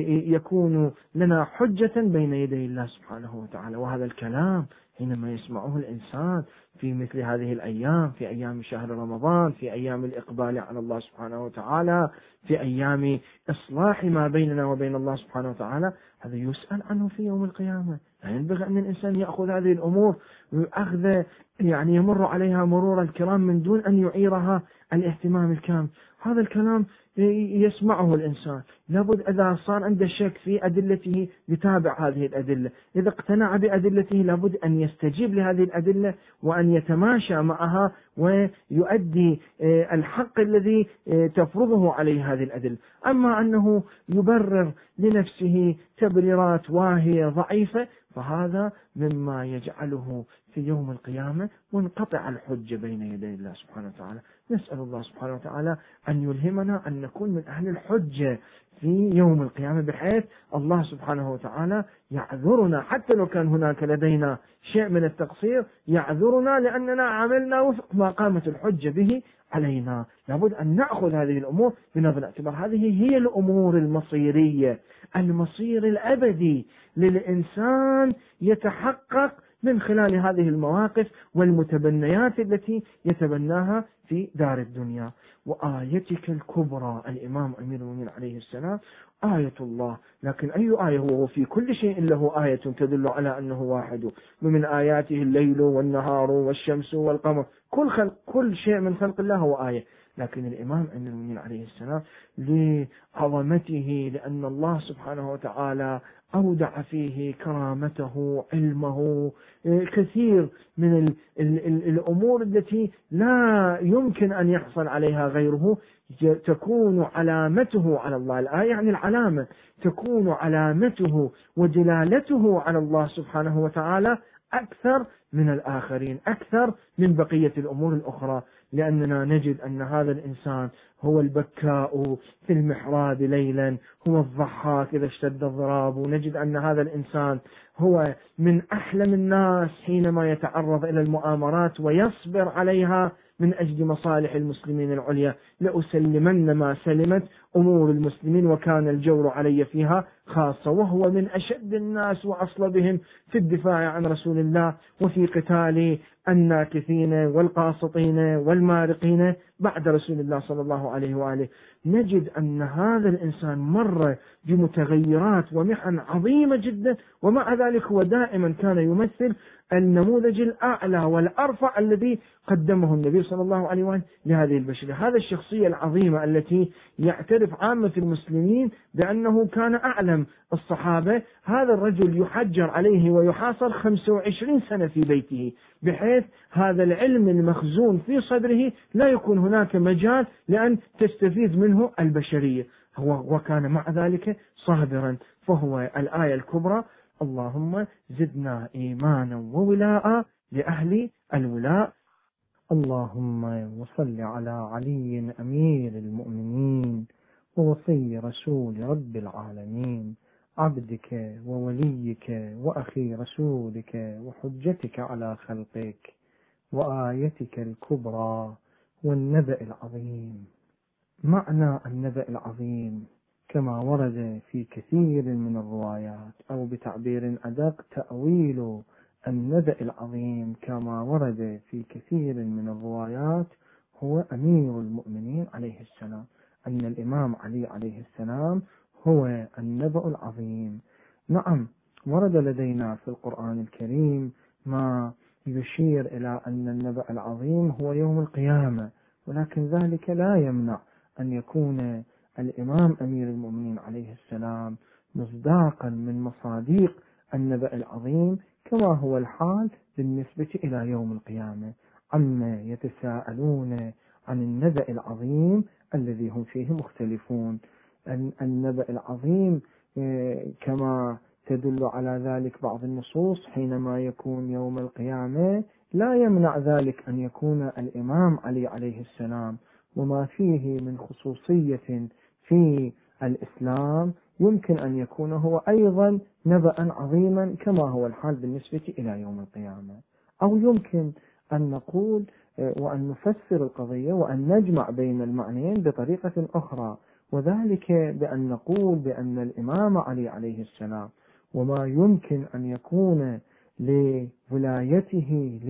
يكون لنا حجة بين يدي الله سبحانه وتعالى. وهذا الكلام حينما يسمعه الإنسان في مثل هذه الأيام، في أيام شهر رمضان، في أيام الإقبال على الله سبحانه وتعالى، في أيام إصلاح ما بيننا وبين الله سبحانه وتعالى، هذا يسأل عنه في يوم القيامة. يعني ينبغي أن الإنسان يأخذ هذه الأمور أخذ يعني يمر عليها مرور الكرام من دون أن يعيرها الاهتمام الكامل. هذا الكلام يسمعه الإنسان، لابد إذا صار عنده شك في أدلته يتابع هذه الأدلة، إذا اقتنع بأدلته لابد أن يستجيب لهذه الأدلة وأن يتماشى معها ويؤدي الحق الذي تفرضه عليه هذه الأدلة. أما أنه يبرر لنفسه تبريرات واهية ضعيفة فهذا مما يجعله في يوم القيامة منقطع الحجة بين يدي الله سبحانه وتعالى. نسأل الله سبحانه وتعالى أن يلهمنا أن نكون من أهل الحجة في يوم القيامة، بحيث الله سبحانه وتعالى يعذرنا حتى لو كان هناك لدينا شيء من التقصير، يعذرنا لأننا عملنا وفق ما قامت الحجة به علينا. لابد أن نأخذ هذه الأمور بنظر الاعتبار. هذه هي الأمور المصيرية، المصير الأبدي للإنسان يتحقق من خلال هذه المواقف والمتبنيات التي يتبناها في دار الدنيا. وآيتك الكبرى الإمام أمير المؤمنين عليه السلام آية الله، لكن أي آية؟ هو في كل شيء له آية تدل على أنه واحد، ومن آياته الليل والنهار والشمس والقمر، كل شيء من خلق الله هو آية. لكن الإمام أمير المؤمنين عليه السلام لعظمته، لأن الله سبحانه وتعالى أودع فيه كرامته، علمه، كثير من الأمور التي لا يمكن أن يحصل عليها غيره، تكون علامته على الله. الآية يعني العلامة، تكون علامته وجلالته على الله سبحانه وتعالى أكثر من الآخرين، أكثر من بقية الأمور الأخرى، لأننا نجد أن هذا الإنسان هو البكاء في المحراب ليلا، هو الضحاك إذا اشتد الضراب، ونجد أن هذا الإنسان هو من أحلم الناس حينما يتعرض إلى المؤامرات ويصبر عليها من أجل مصالح المسلمين العليا. لأسلمن ما سلمت أمور المسلمين وكان الجور علي فيها خاصة. وهو من أشد الناس وأصلبهم في الدفاع عن رسول الله وفي قتال الناكثين والقاسطين والمارقين بعد رسول الله صلى الله عليه وآله. نجد أن هذا الإنسان مر بمتغيرات ومحن عظيمة جدا، ومع ذلك هو دائما كان يمثل النموذج الأعلى والأرفع الذي قدمه النبي صلى الله عليه وآله لهذه البشرية. هذا الشخصية العظيمة التي يعترف عامة المسلمين بأنه كان أعلم الصحابة، هذا الرجل يحجر عليه ويحاصر 25 سنة في بيته، بحيث هذا العلم المخزون في صدره لا يكون هناك مجال لأن تستفيد منه البشرية، وكان مع ذلك صابرا. فهو الآية الكبرى: اللهم زدنا إيمانا وولاء لأهل الولاء. اللهم وصل على علي أمير المؤمنين ووصي رسول رب العالمين، عبدك ووليك وأخي رسولك وحجتك على خلقك وآيتك الكبرى والنبأ العظيم. معنى النبأ العظيم كما ورد في كثير من الروايات، أو بتعبير أدق تأويل النبأ العظيم كما ورد في كثير من الروايات، هو أمير المؤمنين عليه السلام، أن الإمام علي عليه السلام هو النبأ العظيم. نعم، ورد لدينا في القرآن الكريم ما يشير إلى أن النبأ العظيم هو يوم القيامة، ولكن ذلك لا يمنع أن يكون الإمام أمير المؤمنين عليه السلام مصداقا من مصاديق النبأ العظيم، كما هو الحال بالنسبة إلى يوم القيامة. عما يتساءلون عن النبأ العظيم الذي هم فيه مختلفون. النبأ العظيم كما تدل على ذلك بعض النصوص حينما يكون يوم القيامة لا يمنع ذلك أن يكون الإمام علي عليه السلام وما فيه من خصوصية في الإسلام يمكن أن يكون هو أيضا نبأ عظيما كما هو الحال بالنسبة إلى يوم القيامة. أو يمكن أن نقول وأن نفسر القضية وأن نجمع بين المعنيين بطريقة أخرى، وذلك بأن نقول بأن الإمام علي عليه السلام وما يمكن أن يكون لولايته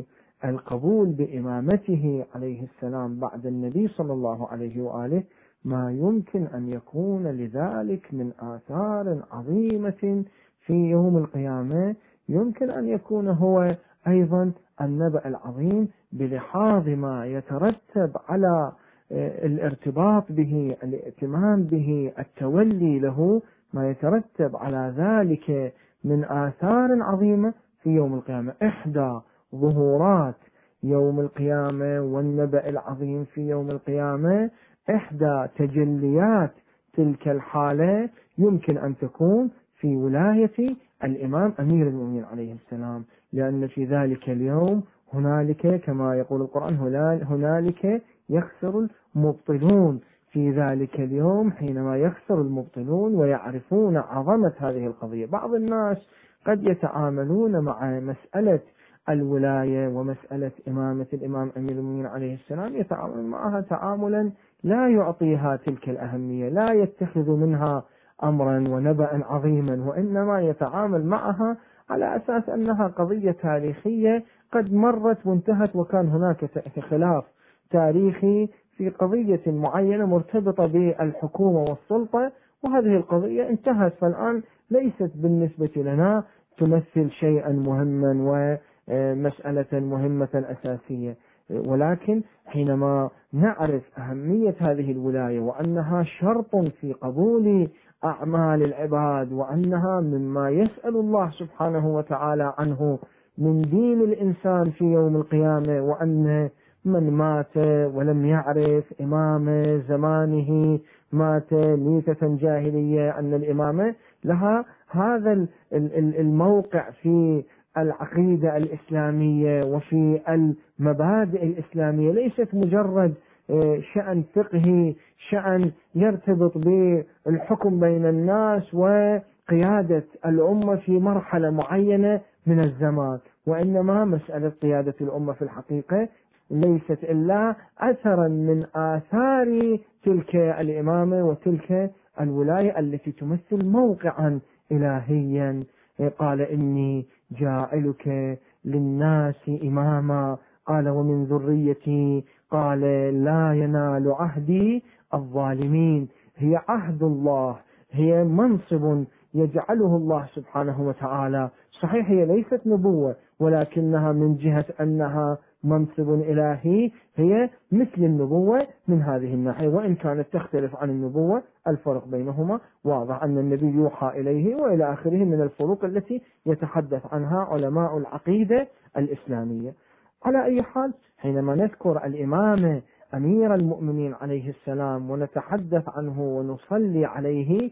للقبول بإمامته عليه السلام بعد النبي صلى الله عليه وآله ما يمكن أن يكون لذلك من آثار عظيمة في يوم القيامة، يمكن أن يكون هو أيضا النبأ العظيم بلحاظ ما يترتب على الارتباط به، الائتمام به، التولي له، ما يترتب على ذلك من آثار عظيمة في يوم القيامة. إحدى ظهورات يوم القيامة والنبأ العظيم في يوم القيامة، إحدى تجليات تلك الحالة يمكن أن تكون في ولاية الإمام أمير المؤمنين عليه السلام، لأن في ذلك اليوم هنالك كما يقول القرآن هنالك يخسر المبطلون. في ذلك اليوم حينما يخسر المبطلون ويعرفون عظمة هذه القضية. بعض الناس قد يتعاملون مع مسألة الولاية ومسألة إمامة الإمام أمير المؤمنين عليه السلام يتعامل معها تعاملا لا يعطيها تلك الأهمية، لا يتخذ منها أمرا ونبأ عظيما، وإنما يتعامل معها على أساس أنها قضية تاريخية قد مرت وانتهت، وكان هناك خلاف تاريخي في قضية معينة مرتبطة بالحكومة والسلطة، وهذه القضية انتهت، فالآن ليست بالنسبة لنا تمثل شيئا مهما ومسألة مهمة أساسية. ولكن حينما نعرف أهمية هذه الولاية وأنها شرط في قبول أعمال العباد، وأنها مما يسأل الله سبحانه وتعالى عنه من دين الإنسان في يوم القيامة، وأن من مات ولم يعرف إمام زمانه مات ميتة جاهلية، أن الإمامة لها هذا الموقع في العقيدة الإسلامية وفي المبادئ الإسلامية، ليست مجرد شأن فقهي، شأن يرتبط بالحكم بين الناس وقيادة الأمة في مرحلة معينة من الزمان، وإنما مسألة قيادة الأمة في الحقيقة ليست إلا أثرا من آثار تلك الإمامة وتلك الولاية التي تمثل موقعا إلهيا. قال إني جاعلك للناس إماما، قال ومن ذريتي، قال لا ينال عهدي الظالمين. هي عهد الله، هي منصب يجعله الله سبحانه وتعالى. صحيح هي ليست نبوة، ولكنها من جهة أنها منصب إلهي هي مثل النبوة من هذه الناحية، وإن كانت تختلف عن النبوة الفرق بينهما واضح، أن النبي يوحى إليه وإلى آخره من الفروق التي يتحدث عنها علماء العقيدة الإسلامية. على أي حال، حينما نذكر الإمام أمير المؤمنين عليه السلام ونتحدث عنه ونصلي عليه،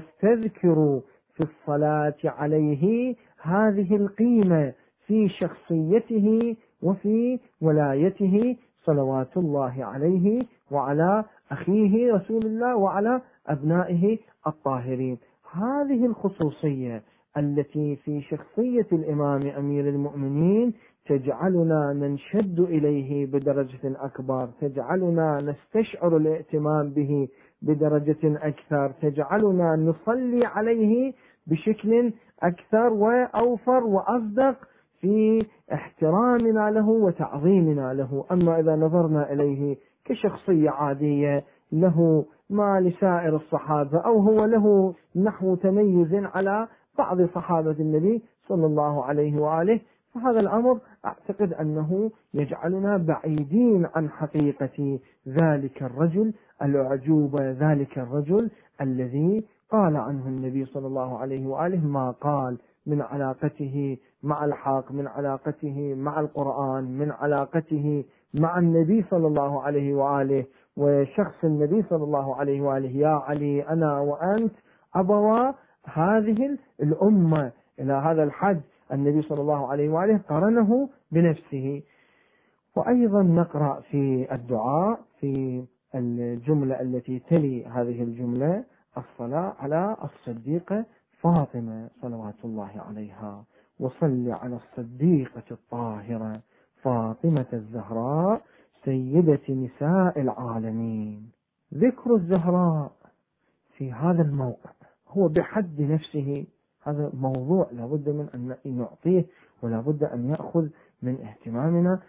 نستذكر في الصلاة عليه هذه القيمة في شخصيته وفي ولايته صلوات الله عليه وعلى أخيه رسول الله وعلى أبنائه الطاهرين. هذه الخصوصية التي في شخصية الإمام أمير المؤمنين تجعلنا ننشد إليه بدرجة أكبر، تجعلنا نستشعر الاهتمام به بدرجة أكثر، تجعلنا نصلي عليه بشكل أكثر وأوفر وأصدق في احترامنا له وتعظيمنا له. أما إذا نظرنا إليه كشخصية عادية له ما لسائر الصحابة، أو هو له نحو تميز على بعض صحابة النبي صلى الله عليه وآله، فهذا الأمر أعتقد أنه يجعلنا بعيدين عن حقيقة ذلك الرجل الأعجوبة، ذلك الرجل الذي قال عنه النبي صلى الله عليه وآله ما قال من علاقته مع الحق، من علاقته مع القرآن، من علاقته مع النبي صلى الله عليه وآله وشخص النبي صلى الله عليه وآله. يا علي أنا وأنت أبوا هذه الأمة. إلى هذا الحد النبي صلى الله عليه وآله قرنه بنفسه. وأيضا نقرأ في الدعاء في الجملة التي تلي هذه الجملة الصلاة على الصديقة فاطمة صلوات الله عليها، وصل على الصديقة الطاهرة فاطمة الزهراء سيدة نساء العالمين. ذكر الزهراء في هذا الموقع هو بحد نفسه هذا موضوع لابد من أن نعطيه، ولابد أن يأخذ من اهتمامنا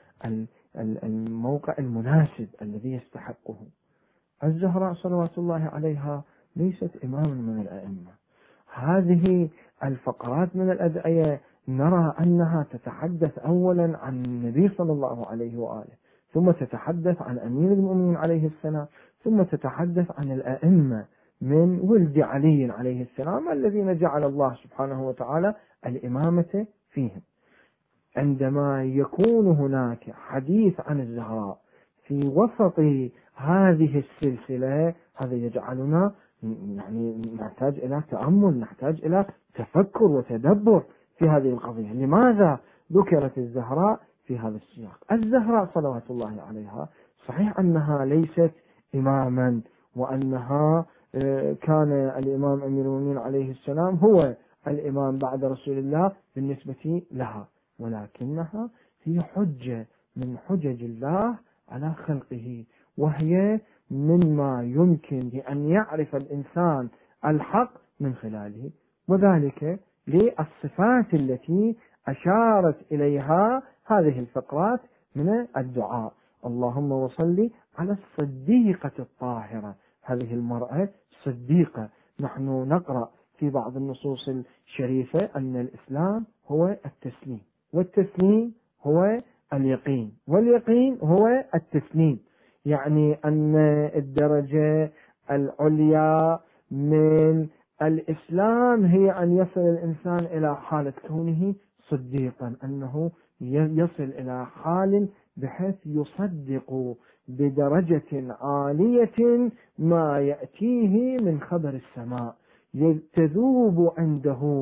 الموقع المناسب الذي يستحقه. الزهراء صلوات الله عليها ليست إماما من الأئمة. هذه الفقرات من الأدعية نرى أنها تتحدث أولا عن النبي صلى الله عليه وآله، ثم تتحدث عن أمير المؤمنين عليه السلام، ثم تتحدث عن الأئمة من ولد علي عليه السلام الذين جعل الله سبحانه وتعالى الإمامة فيهم. عندما يكون هناك حديث عن الزهراء في وسط هذه السلسلة، هذا يجعلنا نحتاج إلى تأمل، نحتاج إلى تفكر وتدبر في هذه القضية. لماذا ذكرت الزهراء في هذا السياق؟ الزهراء صلوات الله عليها صحيح أنها ليست إماما، وأنها كان الإمام أمير المؤمنين عليه السلام هو الإمام بعد رسول الله بالنسبة لها، ولكنها هي حجة من حجج الله على خلقه، وهي مما يمكن لأن يعرف الإنسان الحق من خلاله، وذلك للصفات التي أشارت إليها هذه الفقرات من الدعاء. اللهم وصل على الصديقة الطاهرة، هذه المرأة صديقة. نحن نقرأ في بعض النصوص الشريفة أن الإسلام هو التسليم، والتسليم هو اليقين، واليقين هو التسليم. يعني أن الدرجة العليا من الإسلام هي أن يصل الإنسان إلى حالة كونه صديقا، أنه يصل إلى حال بحيث يصدق بدرجة عالية ما يأتيه من خبر السماء، تذوب عنده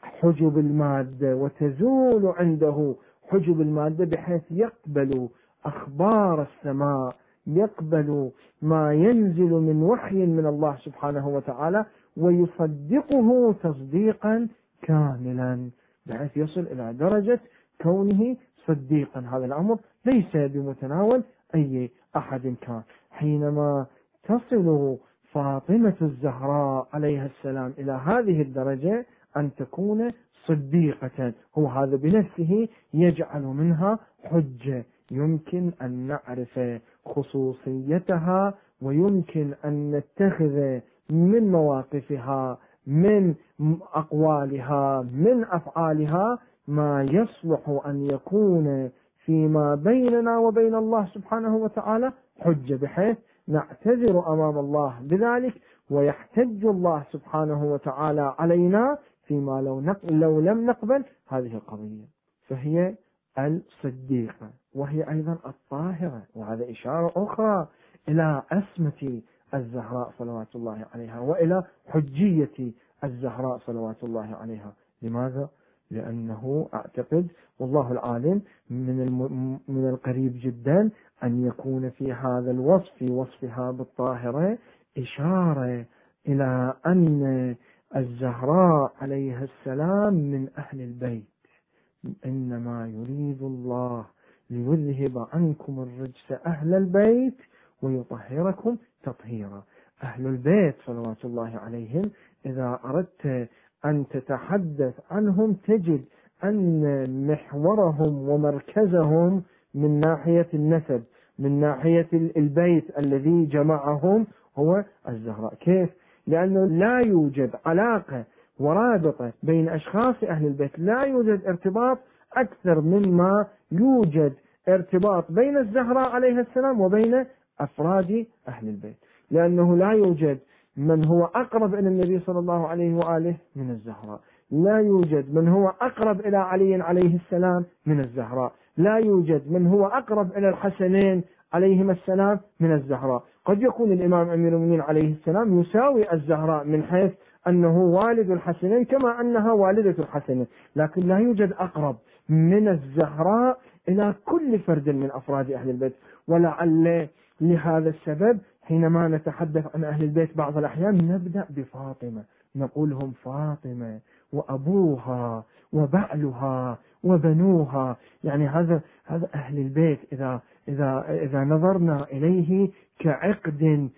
حجب المادة وتزول عنده حجب المادة، بحيث يقبل أخبار السماء، يقبل ما ينزل من وحي من الله سبحانه وتعالى ويصدقه تصديقا كاملا، بحيث يصل إلى درجة كونه صديقا. هذا الأمر ليس بمتناول أي أحد كان. حينما تصل فاطمة الزهراء عليها السلام إلى هذه الدرجة أن تكون صديقة، هو هذا بنفسه يجعل منها حجة، يمكن أن نعرف خصوصيتها، ويمكن أن نتخذ من مواقفها، من أقوالها، من أفعالها ما يصلح أن يكون فيما بيننا وبين الله سبحانه وتعالى حجة، بحيث نعتذر أمام الله بذلك، ويحتج الله سبحانه وتعالى علينا فيما لو لم نقبل هذه القضية. فهي الصديقة، وهي أيضا الطاهرة، وهذا إشارة أخرى إلى أسمة الزهراء صلوات الله عليها وإلى حجية الزهراء صلوات الله عليها. لماذا؟ لأنه أعتقد والله العالم من القريب جدا أن يكون في هذا الوصف، في وصفها بالطاهرة، إشارة إلى أن الزهراء عليها السلام من أهل البيت. إنما يريد الله ليذهب عنكم الرجس أهل البيت ويطهركم تطهيرا. أهل البيت صلوات الله عليهم إذا أردت أن تتحدث عنهم تجد أن محورهم ومركزهم من ناحية النسب، من ناحية البيت الذي جمعهم هو الزهراء. كيف؟ لأنه لا يوجد علاقة ورابطة بين أشخاص أهل البيت، لا يوجد ارتباط أكثر مما يوجد ارتباط بين الزهراء عليها السلام وبين أفراد أهل البيت، لأنه لا يوجد من هو أقرب إلى النبي صلى الله عليه وآله من الزهراء، لا يوجد من هو أقرب إلى علي عليه السلام من الزهراء، لا يوجد من هو أقرب إلى الحسنين عليهما السلام من الزهراء. قد يكون الإمام أمير المؤمنين عليه السلام يساوي الزهراء من حيث أنه والد الحسنين كما أنها والدة الحسنين، لكن لا يوجد أقرب من الزهراء إلى كل فرد من أفراد أهل البيت. ولعل لهذا السبب حينما نتحدث عن أهل البيت بعض الأحيان نبدأ بفاطمة، نقولهم فاطمة وأبوها وبعلها وبنوها، يعني هذا أهل البيت إذا نظرنا إليه كعقد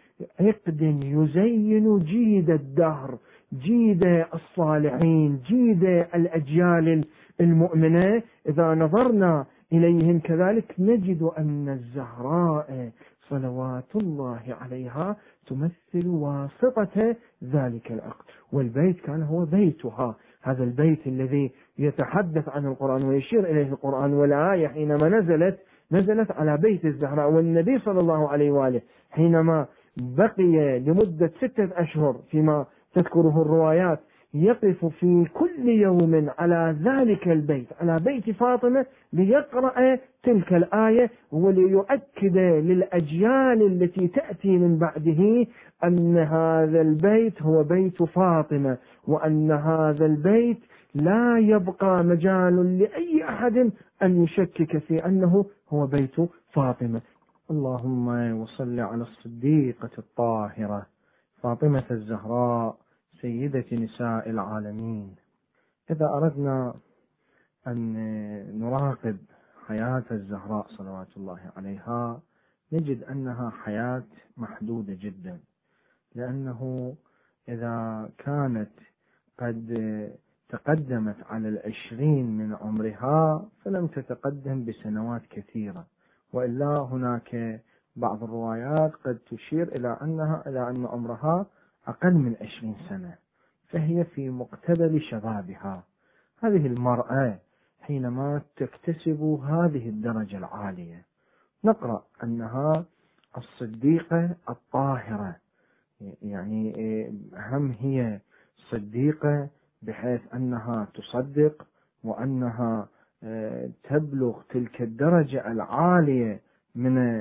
يزين جيد الدهر، جيد الصالحين، جيد الأجيال المؤمنة، إذا نظرنا إليهم كذلك نجد أن الزهراء صلوات الله عليها تمثل واسطة ذلك العقد، والبيت كان هو بيتها. هذا البيت الذي يتحدث عن القرآن ويشير إليه القرآن، والآية حينما نزلت على بيت الزهراء، والنبي صلى الله عليه وآله حينما بقي لمدة 6 أشهر فيما تذكره الروايات يقف في كل يوم على ذلك البيت، على بيت فاطمة، ليقرأ تلك الآية وليؤكد للأجيال التي تأتي من بعده أن هذا البيت هو بيت فاطمة، وأن هذا البيت لا يبقى مجال لأي أحد أن يشكك في أنه هو بيت فاطمة. اللهم وصل على الصديقة الطاهرة فاطمة الزهراء سيدة نساء العالمين. إذا أردنا أن نراقب حياة الزهراء صلوات الله عليها نجد أنها حياة محدودة جدا، لأنه إذا كانت قد تقدمت على 20 من عمرها فلم تتقدم بسنوات كثيرة، وإلا هناك بعض الروايات قد تشير إلى أن عمرها أقل من 20 سنة، فهي في مقتبل شبابها. هذه المرأة حينما تكتسب هذه الدرجة العالية نقرأ أنها الصديقة الطاهرة، يعني هم هي صديقة بحيث أنها تصدق وأنها تبلغ تلك الدرجة العالية من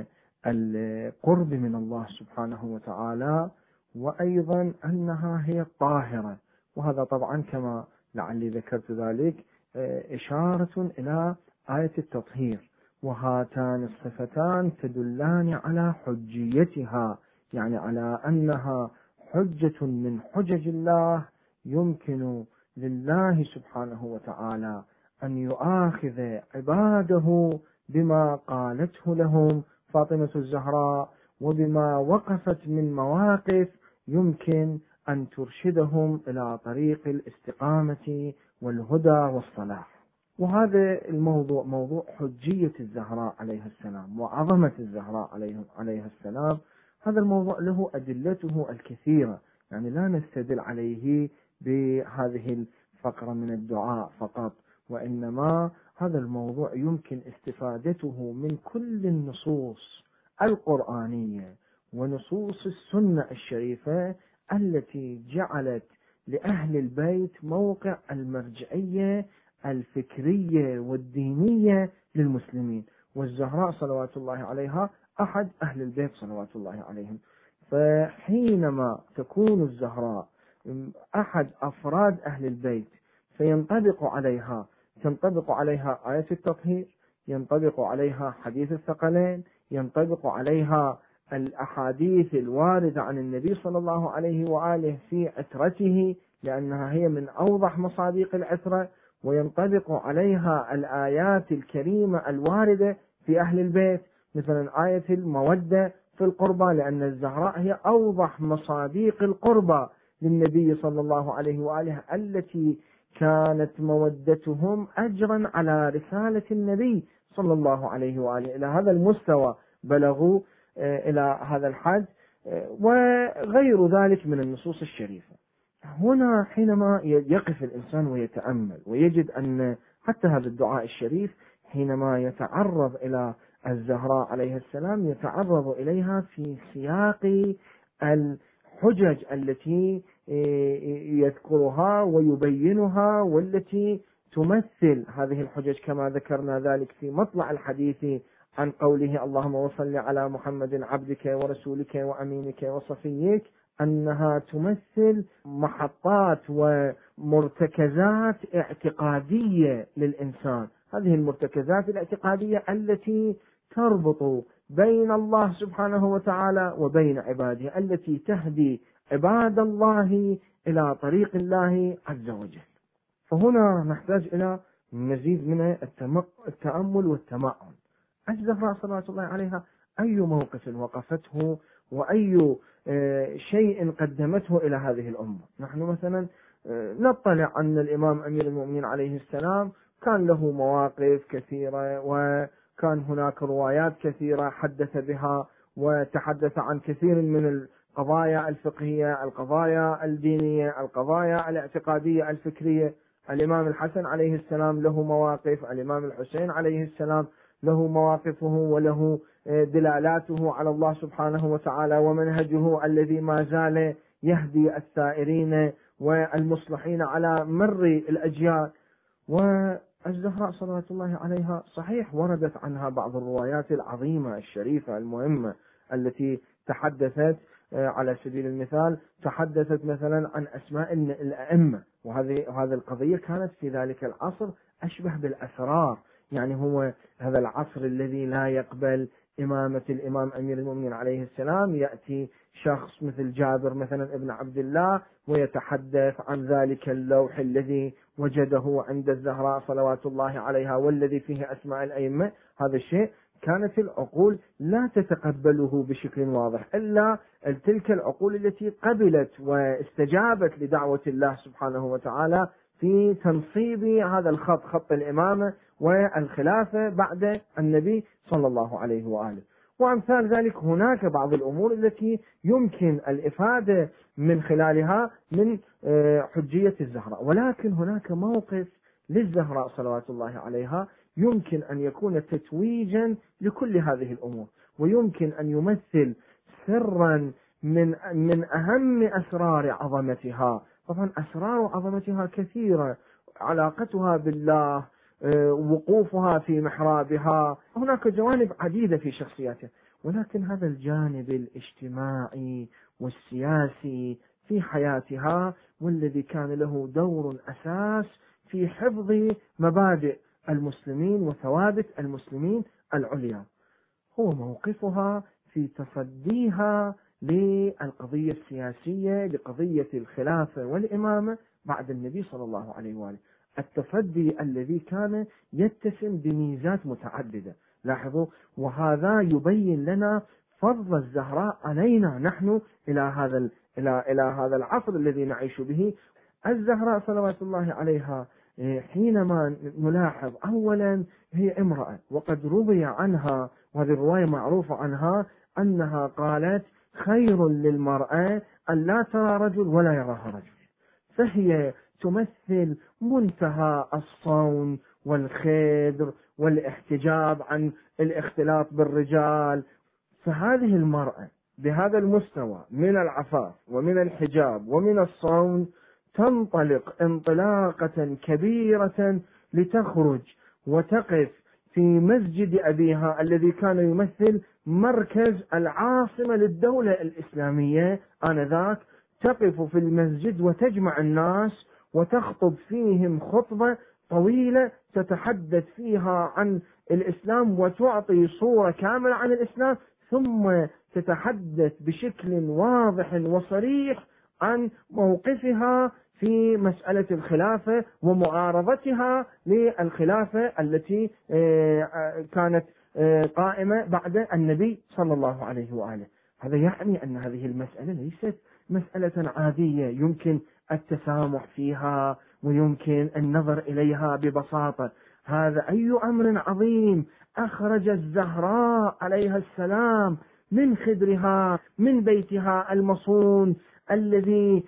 القرب من الله سبحانه وتعالى، وأيضا أنها هي الطاهرة. وهذا طبعا كما لعلي ذكرت ذلك إشارة إلى آية التطهير، وهاتان الصفتان تدلان على حجيتها، يعني على أنها حجة من حجج الله، يمكن لله سبحانه وتعالى أن يؤاخذ عباده بما قالته لهم فاطمة الزهراء، وبما وقفت من مواقف يمكن أن ترشدهم إلى طريق الاستقامة والهدى والصلاح. وهذا الموضوع موضوع حجية الزهراء عليها السلام وعظمة الزهراء عليها السلام. هذا الموضوع له أدلته الكثيرة، يعني لا نستدل عليه بهذه الفقرة من الدعاء فقط، وإنما هذا الموضوع يمكن استفادته من كل النصوص القرآنية ونصوص السنة الشريفة التي جعلت لأهل البيت موقع المرجعية الفكرية والدينية للمسلمين. والزهراء صلوات الله عليها أحد أهل البيت صلوات الله عليهم، فحينما تكون الزهراء أحد أفراد أهل البيت فينطبق عليها آية التطهير، ينطبق عليها حديث الثقلين، ينطبق عليها الأحاديث الواردة عن النبي صلى الله عليه وآله في عترته، لأنها هي من أوضح مصادق العترة، وينطبق عليها الآيات الكريمة الواردة في أهل البيت، مثلا آية المودة في القربى، لأن الزهراء هي أوضح مصادق القربى للنبي صلى الله عليه وآله، التي كانت مودتهم أجرا على رسالة النبي صلى الله عليه وآله. إلى هذا المستوى بلغوا إلى هذا الحد، وغير ذلك من النصوص الشريفة. هنا حينما يقف الإنسان ويتأمل ويجد أن حتى هذا الدعاء الشريف حينما يتعرض إلى الزهراء عليه السلام يتعرض إليها في سياق الحجج التي يذكرها ويبينها، والتي تمثل هذه الحجج كما ذكرنا ذلك في مطلع الحديث عن قوله اللهم وصل على محمد عبدك ورسولك وأمينك وصفيك، أنها تمثل محطات ومرتكزات اعتقادية للإنسان. هذه المرتكزات الاعتقادية التي تربط بين الله سبحانه وتعالى وبين عباده، التي تهدي عباد الله إلى طريق الله عز وجل. فهنا نحتاج إلى مزيد من التأمل والتمعن. الزهراء صلوات الله عليها أي موقف وقفته وأي شيء قدمته إلى هذه الأمة. نحن مثلا نطلع أن الإمام أمير المؤمنين عليه السلام كان له مواقف كثيرة، وكان هناك روايات كثيرة حدث بها وتحدث عن كثير من القضايا الفقهية، القضايا الدينية، القضايا الاعتقادية الفكرية. الإمام الحسن عليه السلام له مواقف، الإمام الحسين عليه السلام له مواقفه وله دلالاته على الله سبحانه وتعالى ومنهجه الذي ما زال يهدي السائرين والمصلحين على مر الأجيال. والزهراء صلوات الله عليها صحيح وردت عنها بعض الروايات العظيمة الشريفة المهمة التي تحدثت، على سبيل المثال تحدثت مثلا عن أسماء الأئمة، وهذه القضية كانت في ذلك العصر أشبه بالأسرار، يعني هو هذا العصر الذي لا يقبل إمامة الإمام أمير المؤمنين عليه السلام. يأتي شخص مثل جابر مثلا ابن عبد الله ويتحدث عن ذلك اللوح الذي وجده عند الزهراء صلوات الله عليها والذي فيه أسماء الأئمة. هذا الشيء كانت العقول لا تتقبله بشكل واضح، إلا تلك العقول التي قبلت واستجابت لدعوة الله سبحانه وتعالى في تنصيب هذا الخط، خط الإمامة والخلافة بعد النبي صلى الله عليه وآله. وأمثال ذلك هناك بعض الأمور التي يمكن الإفادة من خلالها من حجية الزهراء، ولكن هناك موقف للزهراء صلوات الله عليها يمكن أن يكون تتويجا لكل هذه الأمور، ويمكن أن يمثل سرا من أهم أسرار عظمتها. طبعا أسرار عظمتها كثيرة، علاقتها بالله، وقوفها في محرابها، هناك جوانب عديدة في شخصيتها، ولكن هذا الجانب الاجتماعي والسياسي في حياتها، والذي كان له دور أساس في حفظ مبادئ المسلمين وثوابت المسلمين العليا، هو موقفها في تصديها للقضية السياسية، لقضية الخلافة والإمامة بعد النبي صلى الله عليه وآله. التصدي الذي كان يتسم بميزات متعددة، لاحظوا، وهذا يبين لنا فضل الزهراء علينا نحن إلى هذا العصر الذي نعيش به. الزهراء صلوات الله عليها حينما نلاحظ أولا هي امرأة، وقد روي عنها، وهذه الرواية معروفة عنها، أنها قالت: خير للمرأة أن لا ترى رجل ولا يراها رجل. فهي تمثل منتهى الصون والخدر والاحتجاب عن الاختلاط بالرجال. فهذه المرأة بهذا المستوى من العفاف ومن الحجاب ومن الصون تنطلق انطلاقة كبيرة لتخرج وتقف في مسجد أبيها الذي كان يمثل مركز العاصمة للدولة الإسلامية آنذاك، تقف في المسجد وتجمع الناس وتخطب فيهم خطبة طويلة تتحدث فيها عن الإسلام وتعطي صورة كاملة عن الإسلام، ثم تتحدث بشكل واضح وصريح عن موقفها في مسألة الخلافة ومعارضتها للخلافة التي كانت قائمة بعد النبي صلى الله عليه وآله. هذا يعني أن هذه المسألة ليست مسألة عادية يمكن التسامح فيها ويمكن النظر إليها ببساطة. هذا أي أمر عظيم أخرج الزهراء عليها السلام من خدرها، من بيتها المصون الذي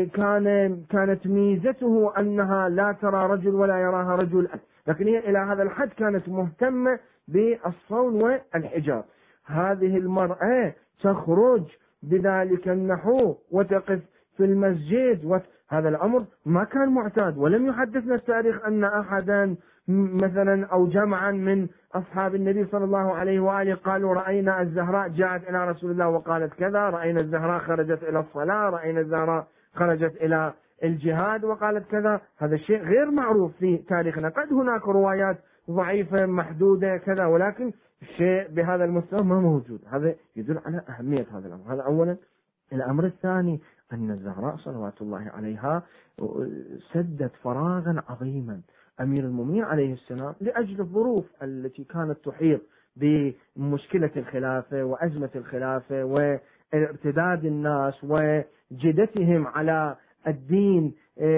كانت ميزته أنها لا ترى رجل ولا يراها رجل، لكن هي إلى هذا الحد كانت مهتمة بالصون والحجاب. هذه المرأة تخرج بذلك النحو وتقف في المسجد، هذا الأمر ما كان معتاد، ولم يحدثنا التاريخ أن أحدا مثلا أو جمعا من أصحاب النبي صلى الله عليه وآله قالوا رأينا الزهراء جاءت إلى رسول الله وقالت كذا، رأينا الزهراء خرجت إلى الصلاة، رأينا الزهراء خرجت إلى الجهاد وقالت كذا. هذا الشيء غير معروف في تاريخنا. قد هناك روايات ضعيفة محدودة كذا، ولكن الشيء بهذا المستوى ما موجود. هذا يدل على أهمية هذا الأمر. هذا أولا. الأمر الثاني أن الزهراء صلوات الله عليها سدت فراغا عظيما أمير المؤمنين عليه السلام لأجل الظروف التي كانت تحيط بمشكلة الخلافة وأزمة الخلافة وارتداد الناس وجدتهم على الدين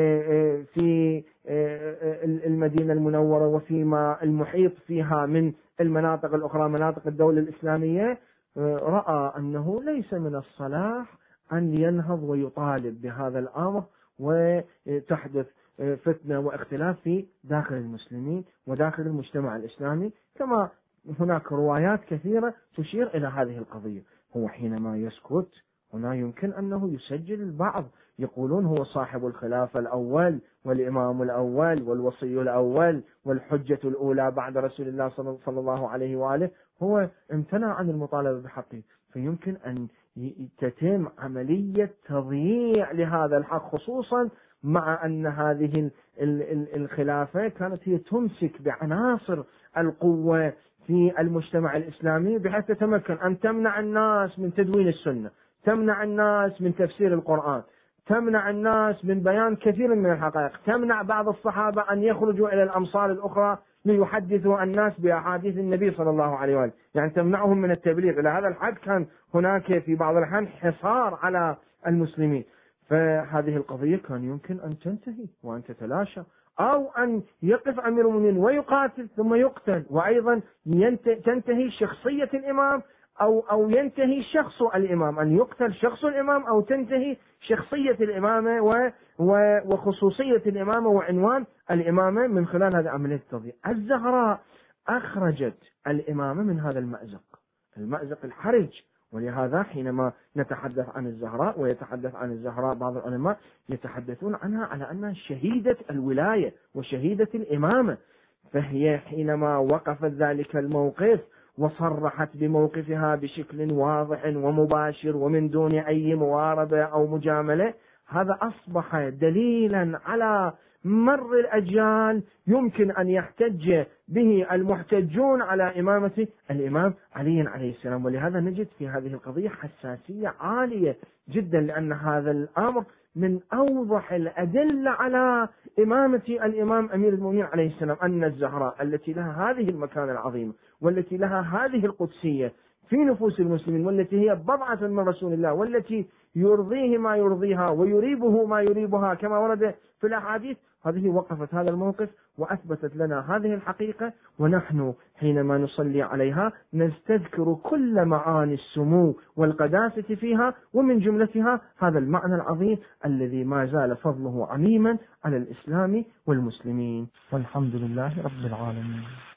في المدينة المنورة وفيما المحيط فيها من المناطق الأخرى، مناطق الدولة الإسلامية. رأى أنه ليس من الصلاح أن ينهض ويطالب بهذا الأمر وتحدث فتنة واختلاف في داخل المسلمين وداخل المجتمع الإسلامي، كما هناك روايات كثيرة تشير إلى هذه القضية. هو حينما يسكت هنا يمكن أنه يسجل البعض يقولون هو صاحب الخلافة الأول والإمام الأول والوصي الأول والحجة الأولى بعد رسول الله صلى الله عليه وآله، هو امتنع عن المطالبة بحقه. فيمكن أن تتم عملية تضييع لهذا الحق، خصوصا مع أن هذه الخلافة كانت هي تمسك بعناصر القوة في المجتمع الإسلامي بحيث تتمكن أن تمنع الناس من تدوين السنة، تمنع الناس من تفسير القرآن، تمنع الناس من بيان كثير من الحقائق، تمنع بعض الصحابة أن يخرجوا إلى الأمصار الأخرى ليحدثوا الناس بأحاديث النبي صلى الله عليه وآله، يعني تمنعهم من التبليغ. إلى هذا الحد كان هناك في بعض الأحيان حصار على المسلمين. فهذه القضية كان يمكن أن تنتهي وأن تتلاشى، أو أن يقف أمير المؤمنين ويقاتل ثم يقتل، وأيضا تنتهي شخصية الإمام أو ينتهي شخص الإمام، أن يقتل شخص الإمام أو تنتهي شخصية الإمامة وخصوصية الإمامة وعنوان الإمامة من خلال هذه عملية التضييع. الزهراء أخرجت الإمامة من هذا المأزق الحرج. ولهذا حينما نتحدث عن الزهراء ويتحدث عن الزهراء بعض العلماء يتحدثون عنها على أنها شهيدة الولاية وشهيدة الإمامة. فهي حينما وقفت ذلك الموقف وصرحت بموقفها بشكل واضح ومباشر ومن دون أي مواربة أو مجاملة، هذا أصبح دليلا على مر الأجيال يمكن أن يحتج به المحتجون على إمامة الإمام علي عليه السلام. ولهذا نجد في هذه القضية حساسية عالية جدا، لأن هذا الأمر من أوضح الأدلة على إمامة الإمام أمير المؤمنين عليه السلام، أن الزهراء التي لها هذه المكانة العظيمة والتي لها هذه القدسية في نفوس المسلمين، والتي هي بضعة من رسول الله، والتي يرضيه ما يرضيها ويريبه ما يريبها كما ورد في الأحاديث، هذه وقفت هذا الموقف وأثبتت لنا هذه الحقيقة. ونحن حينما نصلي عليها نستذكر كل معاني السمو والقداسة فيها، ومن جملتها هذا المعنى العظيم الذي ما زال فضله عميما على الإسلام والمسلمين، والحمد لله رب العالمين.